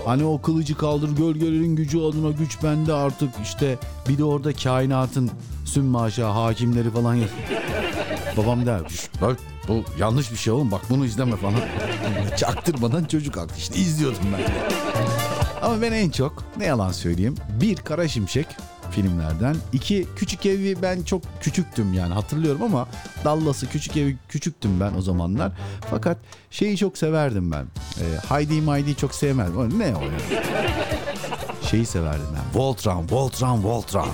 Hani o kılıcı kaldır, gölgelerin gücü adına güç bende artık işte. Bir de orada kainatın sümmaşa hakimleri falan ya. Babam der bak bu yanlış bir şey oğlum, bak bunu izleme falan. Çaktırmadan çocuk aklı işte izliyordum ben. Ama ben en çok ne yalan söyleyeyim. 1 Kara Şimşek filmlerden. 2 Küçük Evi, ben çok küçüktüm yani hatırlıyorum ama Dallas'ı, Küçük Evi küçüktüm ben o zamanlar. Fakat şeyi çok severdim ben. Haydi'yi çok sevmezdim. O, ne o ya? Şeyi severdim ben. Voltron.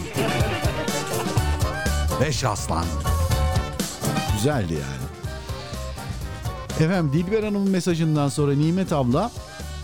5 aslan. Güzeldi yani. Efendim Dilber Hanım'ın mesajından sonra Nimet abla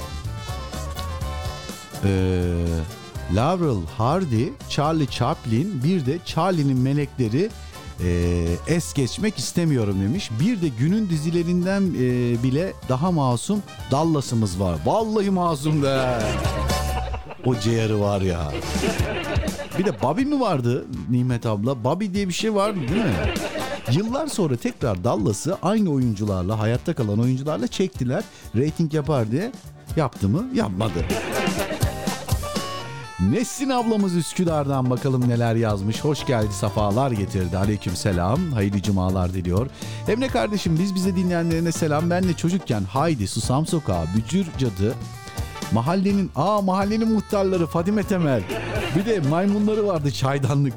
Laurel Hardy, Charlie Chaplin, bir de Charlie'nin Melekleri es geçmek istemiyorum demiş. Bir de günün dizilerinden bile daha masum Dallas'ımız var. Vallahi masum be. O ciğeri var ya. Bir de Bobby mi vardı Nimet abla? Bobby diye bir şey vardı değil mi? Yıllar sonra tekrar Dallas'ı aynı oyuncularla, hayatta kalan oyuncularla çektiler. Rating yapar diye. Yaptı mı? Yapmadı. Nesrin ablamız Üsküdar'dan bakalım neler yazmış. Hoş geldi, sefalar getirdi. Aleykümselam. Hayırlı cumalar diliyor. Emre kardeşim, biz bize dinleyenlerine selam. Ben de çocukken Haydi, Susam Sokağı, Bücür Cadı, mahallenin muhtarları Fadime Temel. Bir de maymunları vardı, çaydanlık.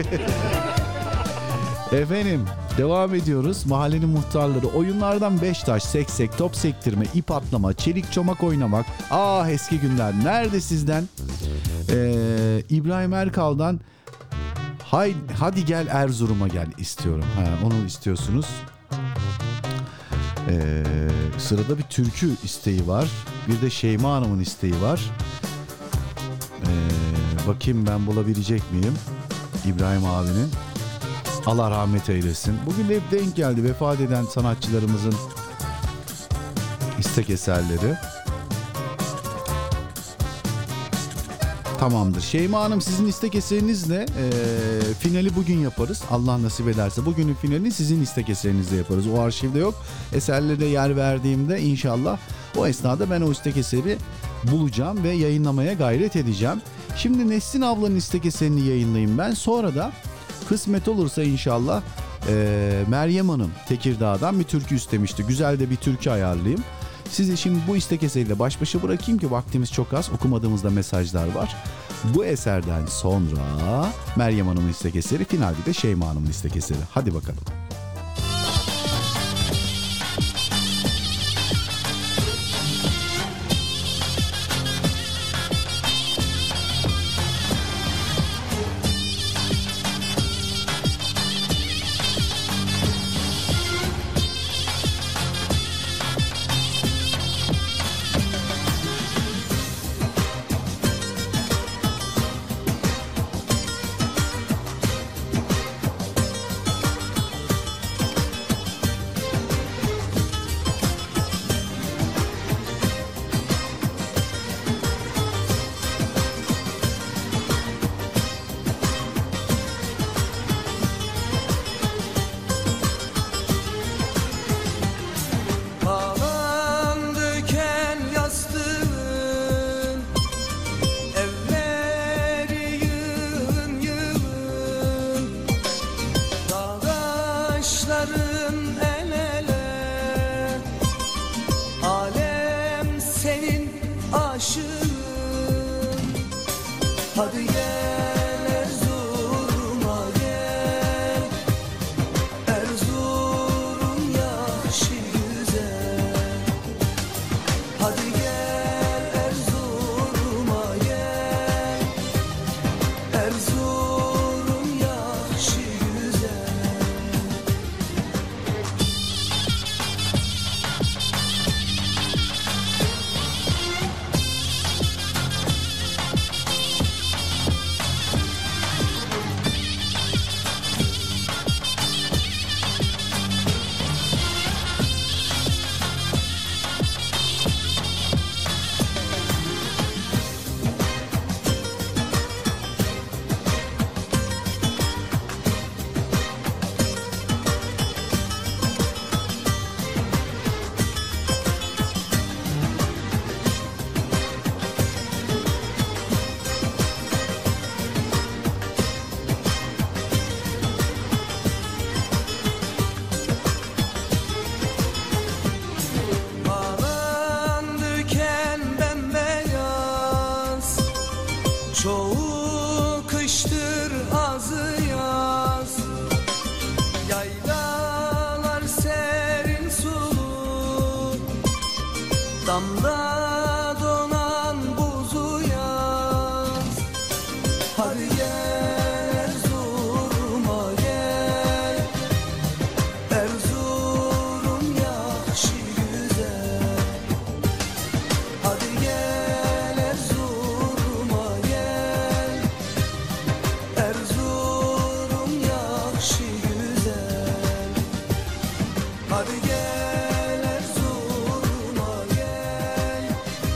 Efendim devam ediyoruz. Mahallenin muhtarları, oyunlardan 5 taş, seksek, top sektirme, ip atlama, çelik çomak oynamak. Eski günler. Nerede sizden? İbrahim Erkal'dan hadi gel Erzurum'a gel istiyorum. Onu istiyorsunuz. Sırada bir türkü isteği var. Bir de Şeyma Hanım'ın isteği var. Bakayım ben bulabilecek miyim? İbrahim abinin. Allah rahmet eylesin. Bugün hep denk geldi vefat eden sanatçılarımızın istek eserleri. Tamamdır. Şeyma Hanım, sizin istek eserinizle finali bugün yaparız. Allah nasip ederse. Bugünün finalini sizin istek eserinizle yaparız. O arşivde yok. Eserlere yer verdiğimde inşallah o esnada ben o istek eseri bulacağım ve yayınlamaya gayret edeceğim. Şimdi Nesrin ablanın istek eserini yayınlayayım ben. Sonra da kısmet olursa inşallah Meryem Hanım Tekirdağ'dan bir türkü istemişti. Güzel de bir türkü ayarlayayım. Sizi şimdi bu istek eseriyle baş başa bırakayım ki vaktimiz çok az. Okumadığımızda mesajlar var. Bu eserden sonra Meryem Hanım'ın istek eseri, finalde de Şeyma Hanım'ın istek eseri. Hadi bakalım. Çoğu kıştır azı yaz, yaylalar serin sulu, damda donan buzu yaz. Hadi gel Erzurum'a gel, Erzurum yakşı güzel. Hadi gel Erzurum'a gel, Erzurum yakşı güzel. Hadi gel Erzurum'a gel,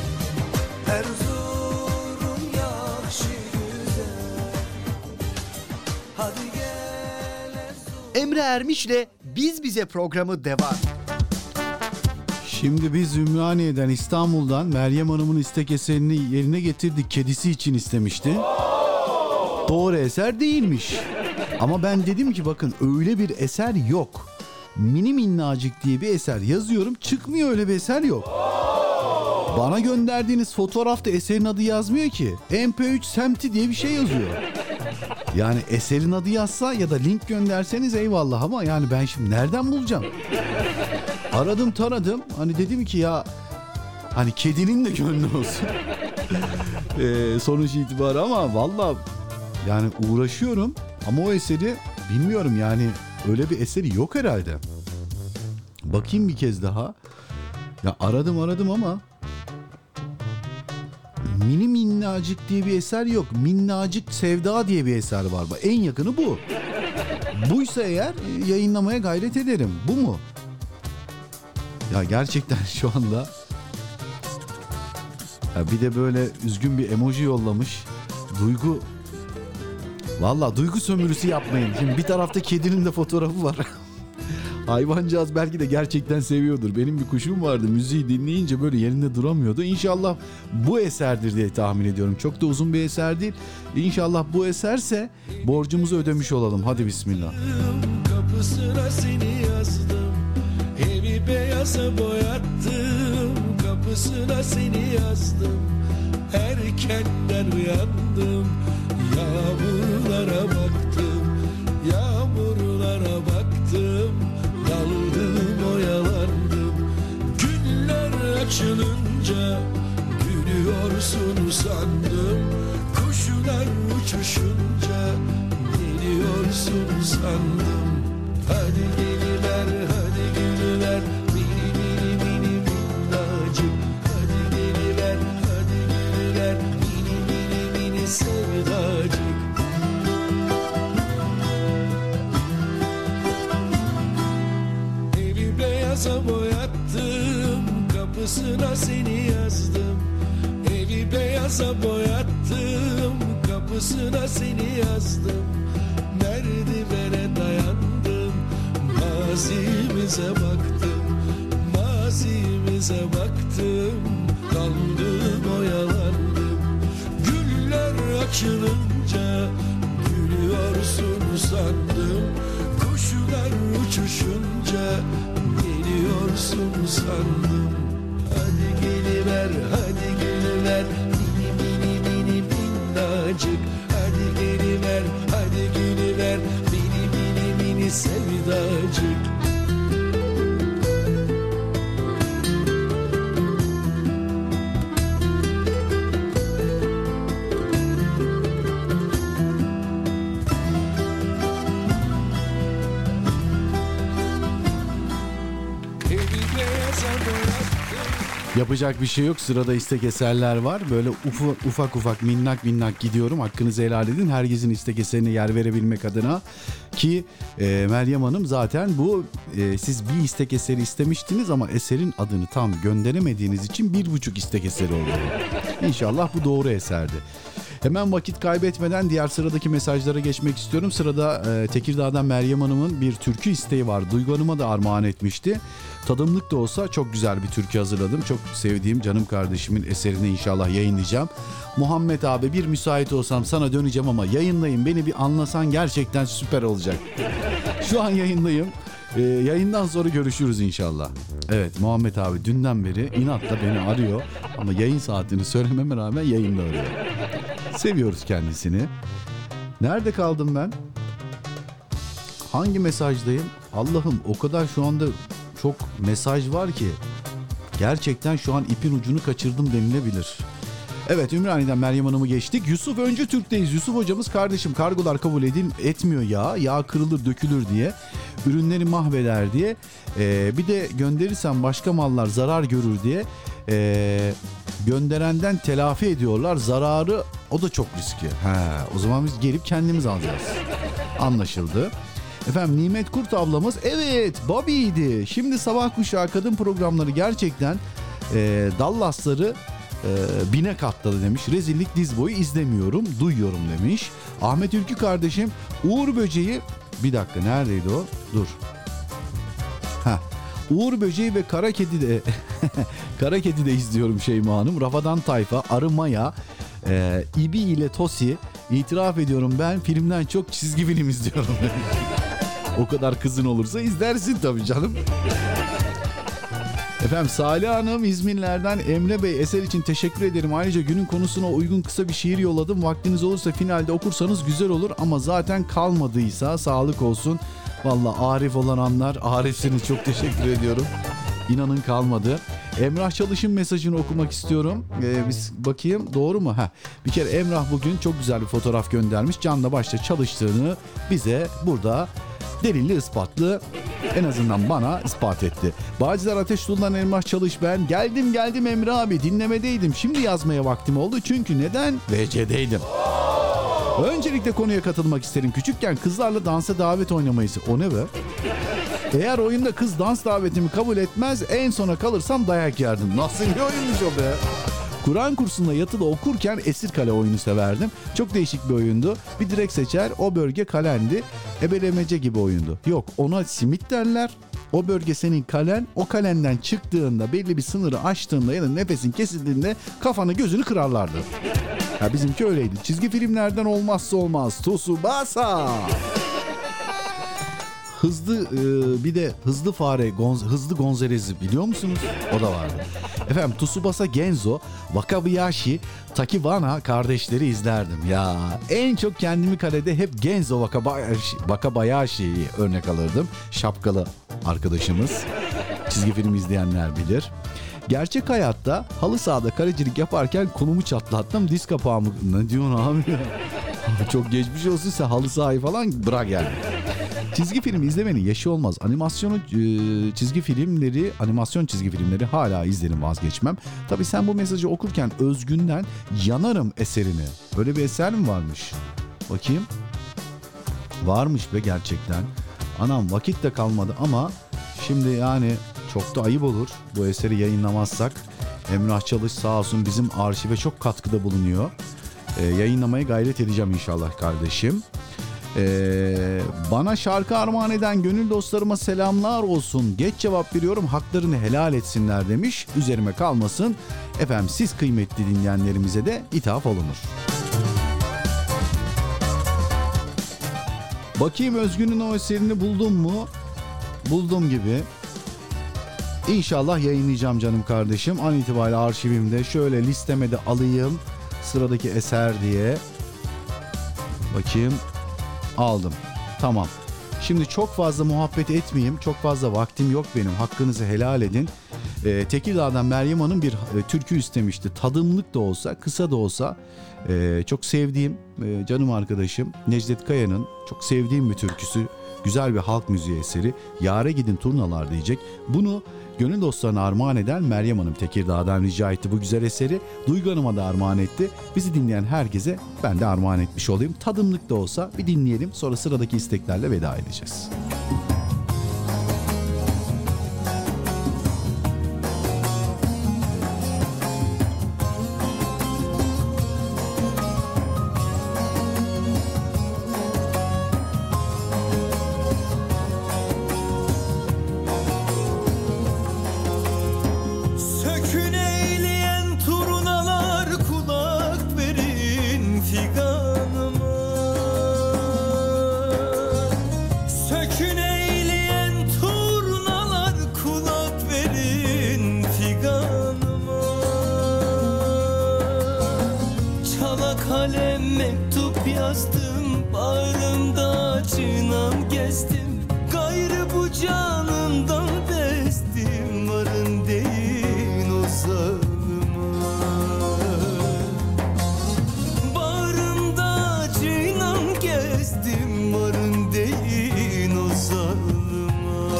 Erzurum yakşı güzel. Hadi gel Emre Ermiş'le Biz Bize programı devam. Şimdi biz Ümraniye'den, İstanbul'dan Meryem Hanım'ın istek eserini yerine getirdik. Kedisi için istemişti. Doğru eser değilmiş. Ama ben dedim ki bakın öyle bir eser yok. Mini Minnacık diye bir eser yazıyorum. Çıkmıyor, öyle bir eser yok. Bana gönderdiğiniz fotoğrafta eserin adı yazmıyor ki. MP3 semti diye bir şey yazıyor. Yani eserin adı yazsa ya da link gönderseniz eyvallah ama yani ben şimdi nereden bulacağım? Aradım taradım, hani dedim ki ya hani kedinin de gönlü olsun. Sonuç itibarı ama valla yani uğraşıyorum ama o eseri bilmiyorum, yani öyle bir eseri yok herhalde. Bakayım bir kez daha. Ya aradım ama Mini Minnacık diye bir eser yok. Minnacık Sevda diye bir eser var. En yakını bu. Buysa eğer yayınlamaya gayret ederim. Bu mu? Ya gerçekten şu anda ya bir de böyle üzgün bir emoji yollamış. Duygu, valla duygu sömürüsü yapmayın. Şimdi bir tarafta kedinin de fotoğrafı var. Hayvancağız belki de gerçekten seviyordur. Benim bir kuşum vardı, müziği dinleyince böyle yerinde duramıyordu. İnşallah bu eserdir diye tahmin ediyorum. Çok da uzun bir eser değil. İnşallah bu eserse borcumuzu ödemiş olalım. Hadi bismillah. Kapısına seni yazdım, evi beyaza boyattım. Kapısına seni yazdım, erkenden uyandım. Yağmurlara baktım, yağmurlara baktım. Daldım, oyalandım. Güller açılınca gülüyorsun sandım. Kuşlar uçuşunca geliyorsun sandım. Hadi geliver, hadi gülüver, mini mini mini minnacık. Hadi geliver, hadi gülüver, mini mini mini sevdacık. Evi beyaza boyattım, kapısına seni yazdım. Evi beyaza boyattım, kapısına seni yazdım. Merdivene dayandım, mazimize baktım, mazimize baktım. Kaldım, oyalandım. Güller açılınca gülüyorsun sandım. Kuşlar uçuşunca geliyorsun sandım. Hadi geliver, hadi geliver, mini mini mini minnacık. Hadi geliver, hadi geliver, mini mini mini sevdacık. Yapacak bir şey yok. Sırada istek eserler var. Böyle ufak minnak gidiyorum. Hakkınızı helal edin. Herkesin istek eserine yer verebilmek adına. Ki Meryem Hanım zaten bu siz bir istek eseri istemiştiniz ama eserin adını tam gönderemediğiniz için 1,5 istek eseri oldu. İnşallah bu doğru eserdi. Hemen vakit kaybetmeden diğer sıradaki mesajlara geçmek istiyorum. Sırada Tekirdağ'dan Meryem Hanım'ın bir türkü isteği var. Duygu Hanım'a da armağan etmişti. Tadımlık da olsa çok güzel bir türkü hazırladım. Çok sevdiğim canım kardeşimin eserini inşallah yayınlayacağım. Muhammed abi bir müsait olsam sana döneceğim ama yayınlayın. Beni bir anlasan gerçekten süper olacak. Şu an yayındayım. Yayından sonra görüşürüz inşallah. Evet, Muhammed abi dünden beri inatla beni arıyor ama yayın saatini söylememe rağmen yayında arıyor. Seviyoruz kendisini. Nerede kaldım ben? Hangi mesajdayım? Allah'ım, o kadar şu anda çok mesaj var ki gerçekten şu an ipin ucunu kaçırdım denilebilir. Evet, Ümraniye'den Meryem Hanım'ı geçtik. Yusuf Öncü Türk'teyiz. Yusuf hocamız, kardeşim kargolar kabul etmiyor ya. Yağ kırılır dökülür diye. Ürünleri mahveder diye. Bir de gönderirsem başka mallar zarar görür diye. Gönderenden telafi ediyorlar. Zararı o da çok riskli. O zaman biz gelip kendimiz alacağız. Anlaşıldı. Efendim Nimet Kurt ablamız, evet Bobby'ydi. Şimdi sabah kuşağı kadın programları gerçekten Dallas'ları bine katladı demiş. Rezillik diz boyu izlemiyorum, duyuyorum demiş. Ahmet Ülkü kardeşim, Uğur Böceği, bir dakika neredeydi o? Dur. Uğur Böceği ve Kara Kedi de Kara Kedi de izliyorum Şeyma Hanım. Rafadan Tayfa, Arı Maya, İbi ile Tosi, itiraf ediyorum ben filmden çok çizgi film izliyorum. O kadar kızın olursa izlersin tabii canım. Efendim Salih Hanım İzmirler'den, Emre Bey eser için teşekkür ederim. Ayrıca günün konusuna uygun kısa bir şiir yolladım. Vaktiniz olursa finalde okursanız güzel olur ama zaten kalmadıysa sağlık olsun. Vallahi Arif olan anlar. Arif'siniz, çok teşekkür ediyorum. İnanın kalmadı. Emrah Çalış'ın mesajını okumak istiyorum. Biz bakayım doğru mu? Bir kere Emrah bugün çok güzel bir fotoğraf göndermiş. Canla başla çalıştığını bize burada delilli ispatlı, en azından bana ispat etti. Bağcılar Ateşlu'dan Emrah Çalış ben. Geldim Emre abi, dinlemedeydim. Şimdi yazmaya vaktim oldu çünkü neden? VC'deydim. Öncelikle konuya katılmak isterim. Küçükken kızlarla dansa davet oynamayız. O ne be? Eğer oyunda kız dans davetimi kabul etmez, en sona kalırsam dayak yerdim. Nasıl bir oyunmuş o be? Kur'an kursunda yatılı okurken Esirkale oyunu severdim. Çok değişik bir oyundu. Bir direk seçer, o bölge kalendi. Ebelemece gibi oyundu. Yok, ona simit derler. O bölge senin kalen. O kalenden çıktığında, belli bir sınırı aştığında ya da nefesin kesildiğinde kafanı gözünü kırarlardı. Bizimki öyleydi. Çizgi filmlerden olmazsa olmaz Tsubasa. Bir de Hızlı Fare, Hızlı Gonzalez'i biliyor musunuz? O da vardı. Efendim Tsubasa, Genzo, Wakabayashi, Takibana kardeşleri izlerdim. Ya en çok kendimi kalede hep Genzo Wakabayashi'yi örnek alırdım. Şapkalı arkadaşımız. Çizgi film izleyenler bilir. Gerçek hayatta halı sahada kalecilik yaparken kolumu çatlattım. Diz kapağımı... Ne diyorsun abi ya? Çok geçmiş olsun, sen halı sahayı falan bırak yani. Çizgi film izlemenin yaşı olmaz. Animasyon çizgi filmleri hala izlerim, vazgeçmem. Tabii sen bu mesajı okurken Özgün'den Yanarım eserini. Böyle bir eser mi varmış? Bakayım. Varmış be gerçekten. Anam vakit de kalmadı ama şimdi yani çok da ayıp olur bu eseri yayınlamazsak. Emrah Çalış sağ olsun bizim arşive çok katkıda bulunuyor. Yayınlamaya gayret edeceğim inşallah kardeşim. Bana şarkı armağan eden gönül dostlarıma selamlar olsun. Geç cevap veriyorum, haklarını helal etsinler demiş. Üzerime kalmasın. Efendim siz kıymetli dinleyenlerimize de ithaf olunur. Bakayım Özgün'ün o eserini buldum mu? Buldum gibi. İnşallah yayınlayacağım canım kardeşim. An itibariyle arşivimde şöyle listeme de alayım. Sıradaki eser diye. Bakayım. Aldım. Tamam. Şimdi çok fazla muhabbet etmeyeyim. Çok fazla vaktim yok benim. Hakkınızı helal edin. Tekirdağ'dan Meryem Hanım bir türkü istemişti. Tadımlık da olsa, kısa da olsa çok sevdiğim canım arkadaşım Necdet Kaya'nın çok sevdiğim bir türküsü. Güzel bir halk müziği eseri. Yâre gidin turnalar diyecek. Bunu gönül dostlarına armağan eden Meryem Hanım Tekirdağ'dan rica etti bu güzel eseri. Duygu Hanım'a da armağan etti. Bizi dinleyen herkese ben de armağan etmiş olayım. Tadımlık da olsa bir dinleyelim. Sonra sıradaki isteklerle veda edeceğiz. Sökün mektup yazdım, bağrımda çiğnam gezdim. Gayrı bu canımdan bezdim, varın değil o zalıma. Bağrımda çiğnam gezdim, varın değil o zalıma.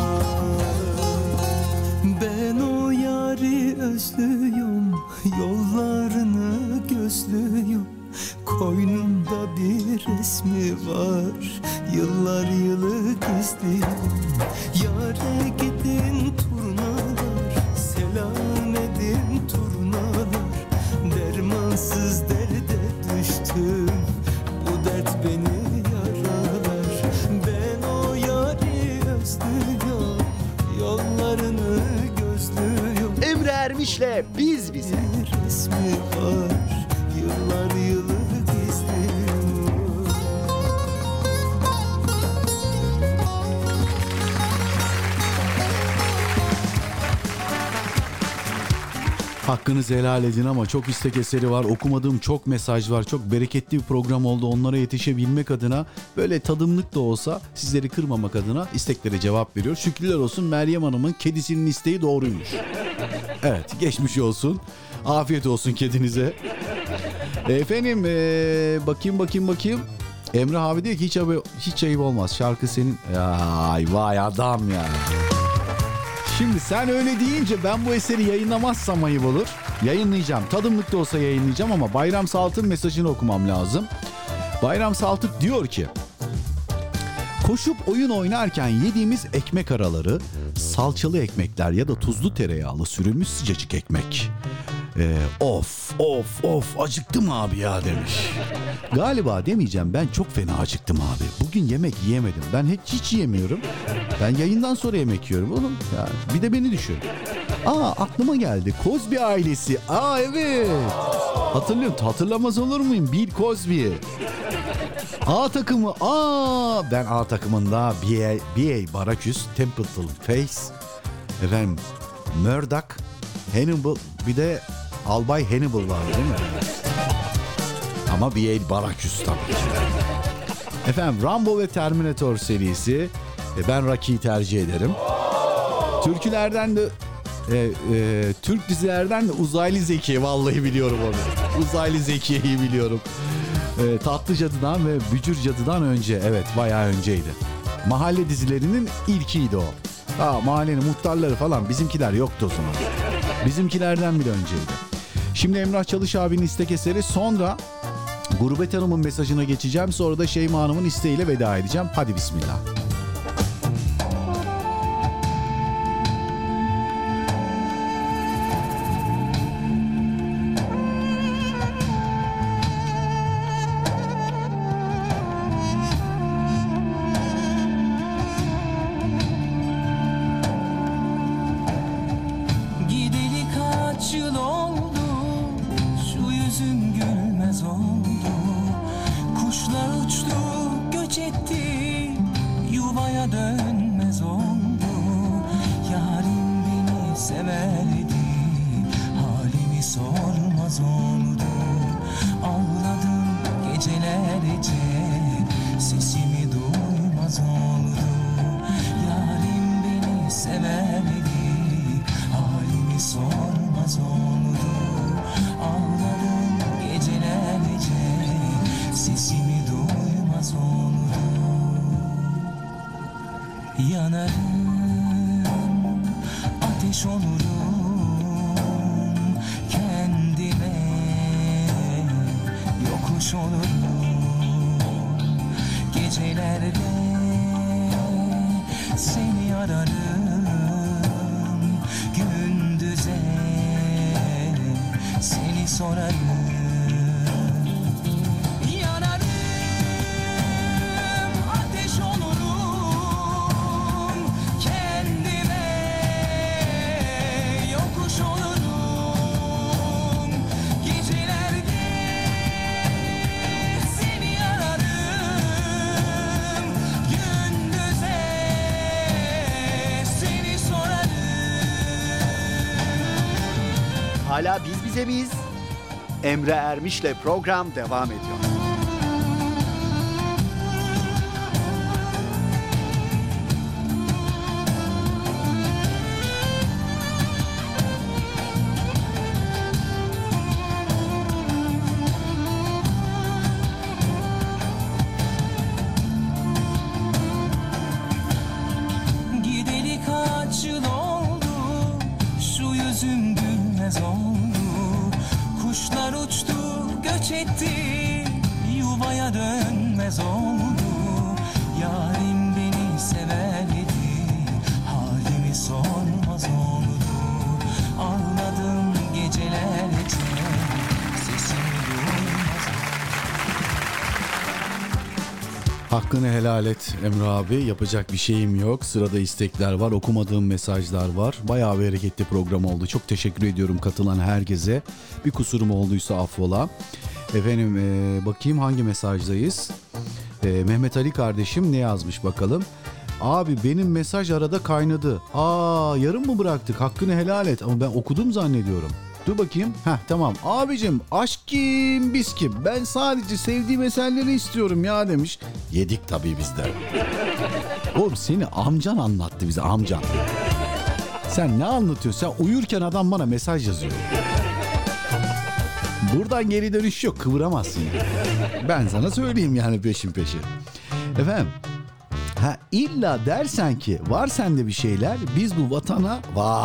Ben o yari özlüyorum, yollarını gözlüyorum. Koynumda bir resmi var, yıllar yılı gizliyorum. Yâre gidin turnalar, selam edin turnalar. Dermansız derde düştüm, bu dert beni yaralar. Ben o yâri özlüyorum, yollarını gözlüyorum. Emre Ermiş'le Biz Bize. Bir resmi var, yıllar yılı gizliyorum. Hakkınızı helal edin ama çok istek eseri var. Okumadığım çok mesaj var. Çok bereketli bir program oldu. Onlara yetişebilmek adına, böyle tadımlık da olsa sizleri kırmamak adına isteklere cevap veriyor. Şükürler olsun, Meryem Hanım'ın kedisinin isteği doğruymuş. Evet, geçmiş olsun. Afiyet olsun kedinize. Efendim bakayım. Emre abi diyor ki hiç ayıp olmaz. Şarkı senin. Ay vay adam ya. Şimdi sen öyle deyince ben bu eseri yayınlamazsam ayıp olur. Yayınlayacağım. Tadımlık da olsa yayınlayacağım ama Bayram Saltık'ın mesajını okumam lazım. Bayram Saltık diyor ki: koşup oyun oynarken yediğimiz ekmek araları, salçalı ekmekler ya da tuzlu tereyağlı sürülmüş sıcacık ekmek. Of acıktım abi ya demiş. Galiba demeyeceğim, ben çok fena acıktım abi. Bugün yemek yiyemedim. Ben hiç yiyemiyorum. Ben yayından sonra yemek yiyorum oğlum. Ya, bir de beni düşün. Aklıma geldi. Cosby ailesi. Evet. Hatırlıyorum. Hatırlamaz olur muyum? Bill Cosby. A takımı. Ben A takımında B.A. Baracus, Templeton Face, efendim Murdoch, Hannibal, bir de Albay Hannibal var değil mi? Ama B.A. Baracus tabii ki. Efendim Rambo ve Terminator serisi. Ben Rocky'yi tercih ederim. Türkülerden de Türk dizilerden de Uzaylı Zeki, vallahi biliyorum onu. Uzaylı Zeki'yi biliyorum. Tatlı Cadı'dan ve Bücür Cadı'dan önce, evet bayağı önceydi. Mahalle dizilerinin ilkiydi o. Mahallenin muhtarları falan, bizimkiler yoktu o zaman. Bizimkilerden bile önceydi. Şimdi Emrah Çalış abinin istek eseri, sonra Gurbet Hanım'ın mesajına geçeceğim. Sonra da Şeyma Hanım'ın isteğiyle veda edeceğim. Hadi bismillah. Hala Biz Bize miyiz? Emre Ermiş'le program devam ediyor. Gideli kaç yıl oldu, şu yüzüm gülmez oldu. Kuşlar uçtu, göç etti, yuvaya dönmez oldu. Yarim beni severdi, halimi sormaz oldu. Ağladım gecelerce, sesimi duymaz oldu. Hakkını helal et Emre abi. Yapacak bir şeyim yok. Sırada istekler var. Okumadığım mesajlar var. Bayağı bir hareketli program oldu. Çok teşekkür ediyorum katılan herkese. Bir kusurum olduysa affola. Efendim bakayım hangi mesajdayız. Mehmet Ali kardeşim ne yazmış bakalım. Abi benim mesaj arada kaynadı. Yarım mı bıraktık? Hakkını helal et. Ama ben okudum zannediyorum. Dur bakayım. Tamam. Abicim aşk kim biz kim? Ben sadece sevdiğim eserleri istiyorum ya demiş. Yedik tabii biz de. Oğlum seni amcan anlattı bize, amcan. Sen ne anlatıyorsun? Sen uyurken adam bana mesaj yazıyor. Buradan geri dönüş yok. Kıvıramazsın. Ben sana söyleyeyim yani peşin peşin. Efendim. İlla dersen ki var sende bir şeyler, biz bu vatana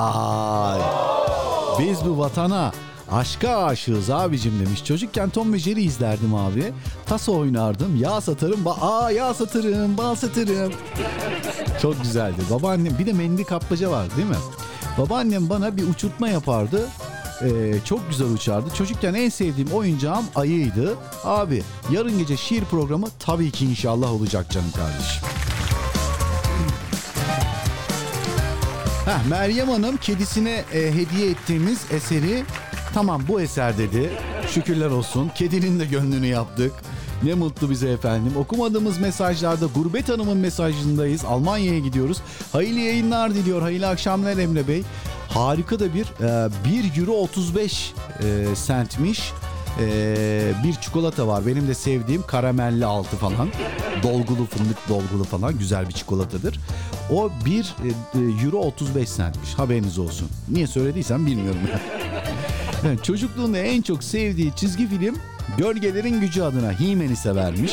biz bu vatana aşka aşığız abicim demiş. Çocukken Tom ve Jerry izlerdim abi. Taso oynardım. Yağ satarım. Yağ satırım. Bal satırım. Çok güzeldi. Babaannem bir de mendil kapmaca var değil mi? Babaannem bana bir uçurtma yapardı. Çok güzel uçardı. Çocukken en sevdiğim oyuncağım ayıydı. Abi yarın gece şiir programı tabii ki inşallah olacak canım kardeşim. Meryem Hanım kedisine hediye ettiğimiz eseri tamam bu eser dedi. Şükürler olsun. Kedinin de gönlünü yaptık. Ne mutlu bize efendim. Okumadığımız mesajlarda Gurbet Hanım'ın mesajındayız. Almanya'ya gidiyoruz. Hayırlı yayınlar diliyor. Hayırlı akşamlar Emre Bey. Harika da bir 1 euro 35 centmiş. Bir çikolata var. Benim de sevdiğim karamelli altı falan. Dolgulu fındık dolgulu falan. Güzel bir çikolatadır. O 1 euro 35 centmiş. Haberiniz olsun. Niye söylediysem bilmiyorum. Yani çocukluğunda en çok sevdiği çizgi film Gölgelerin Gücü adına He-Man'i severmiş.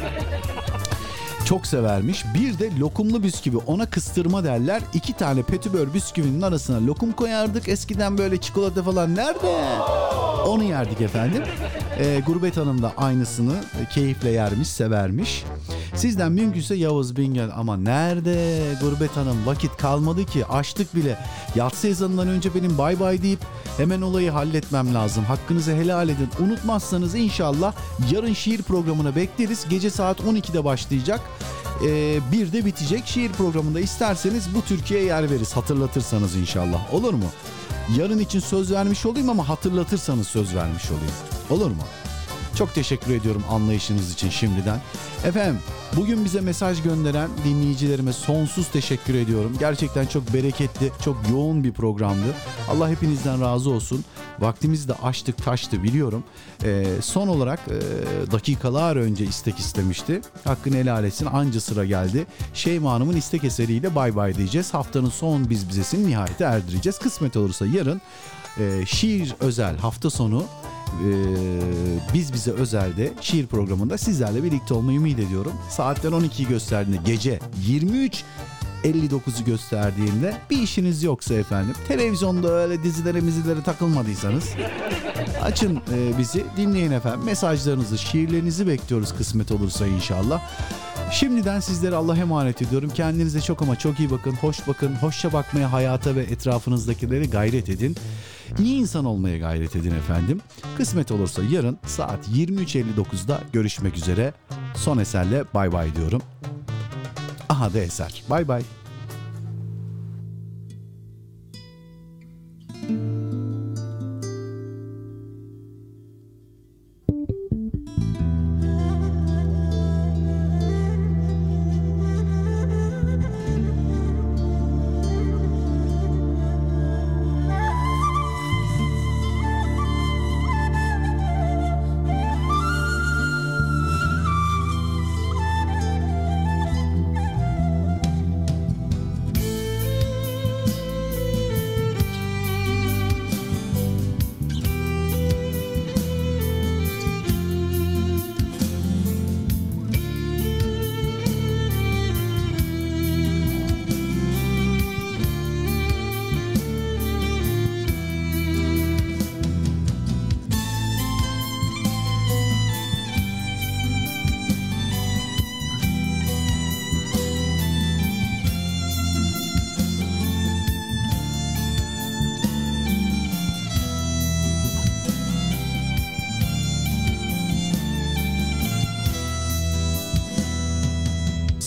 Çok severmiş. Bir de lokumlu bisküvi, ona kıstırma derler. 2 tane petibör bisküvinin arasına lokum koyardık. Eskiden böyle çikolata falan nerede? Onu yerdik efendim. Gurbet Hanım da aynısını keyifle yermiş, severmiş. Sizden mümkünse Yavuz Bingöl ama nerede Gurbet Hanım, vakit kalmadı ki, açtık bile. Yatsı ezanından önce benim bay bay deyip hemen olayı halletmem lazım. Hakkınızı helal edin. Unutmazsanız inşallah yarın şiir programına bekleriz. Gece saat 12'de başlayacak. Bir de bitecek. Şiir programında isterseniz bu Türkiye'ye yer veririz. Hatırlatırsanız inşallah. Olur mu? Yarın için söz vermiş olayım ama hatırlatırsanız söz vermiş olayım. Olur mu? Çok teşekkür ediyorum anlayışınız için şimdiden. Efendim bugün bize mesaj gönderen dinleyicilerime sonsuz teşekkür ediyorum. Gerçekten çok bereketli, çok yoğun bir programdı. Allah hepinizden razı olsun. Vaktimizi de aştık taştı biliyorum. Son olarak dakikalar önce istek istemişti. Hakkını helal etsin, anca sıra geldi. Şeyma Hanım'ın istek eseriyle bay bay diyeceğiz. Haftanın son biz bizesini nihayete erdireceğiz. Kısmet olursa yarın şiir özel hafta sonu biz bize özelde şiir programında sizlerle birlikte olmayı ümit ediyorum. Saatler 12'yi gösterdiğinde, gece 23.59'u gösterdiğinde bir işiniz yoksa efendim, televizyonda öyle dizilere takılmadıysanız açın bizi dinleyin efendim. Mesajlarınızı, şiirlerinizi bekliyoruz kısmet olursa inşallah. Şimdiden sizlere Allah'a emanet ediyorum. Kendinize çok ama çok iyi bakın. Hoş bakın. Hoşça bakmaya, hayata ve etrafınızdakilere gayret edin. İyi insan olmaya gayret edin efendim. Kısmet olursa yarın saat 23.59'da görüşmek üzere. Son eserle bay bay diyorum. Aha da eser. Bay bay.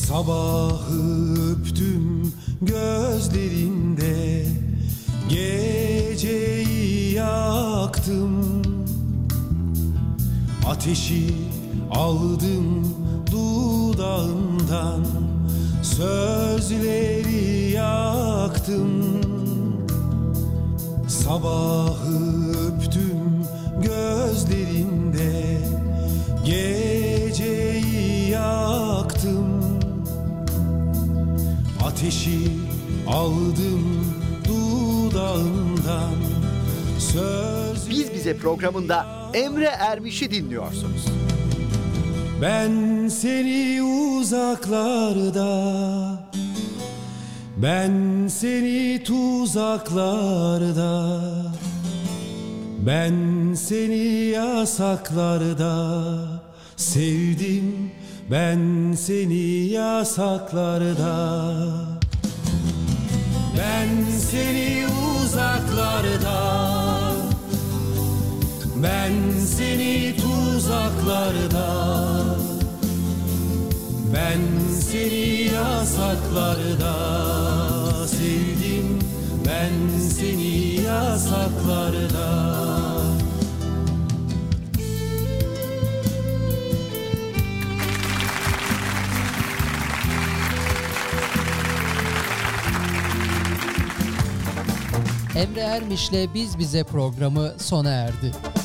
Sabahı öptüm gözlerinde, geceyi yaktım. Ateşi aldım dudağından, sözleri yaktım. Sabahı öptüm gözlerinde, geceyi yaktım. Ateşi aldım dudağından, söz... Biz Bize programında Emre Ermiş'i dinliyorsunuz. Ben seni uzaklarda, ben seni tuzaklarda, ben seni yasaklarda sevdim, ben seni yasaklarda. Ben seni uzaklarda, ben seni tuzaklarda, ben seni yasaklarda sevdim, ben seni yasaklarda. Emre Ermiş'le Biz Bize programı sona erdi.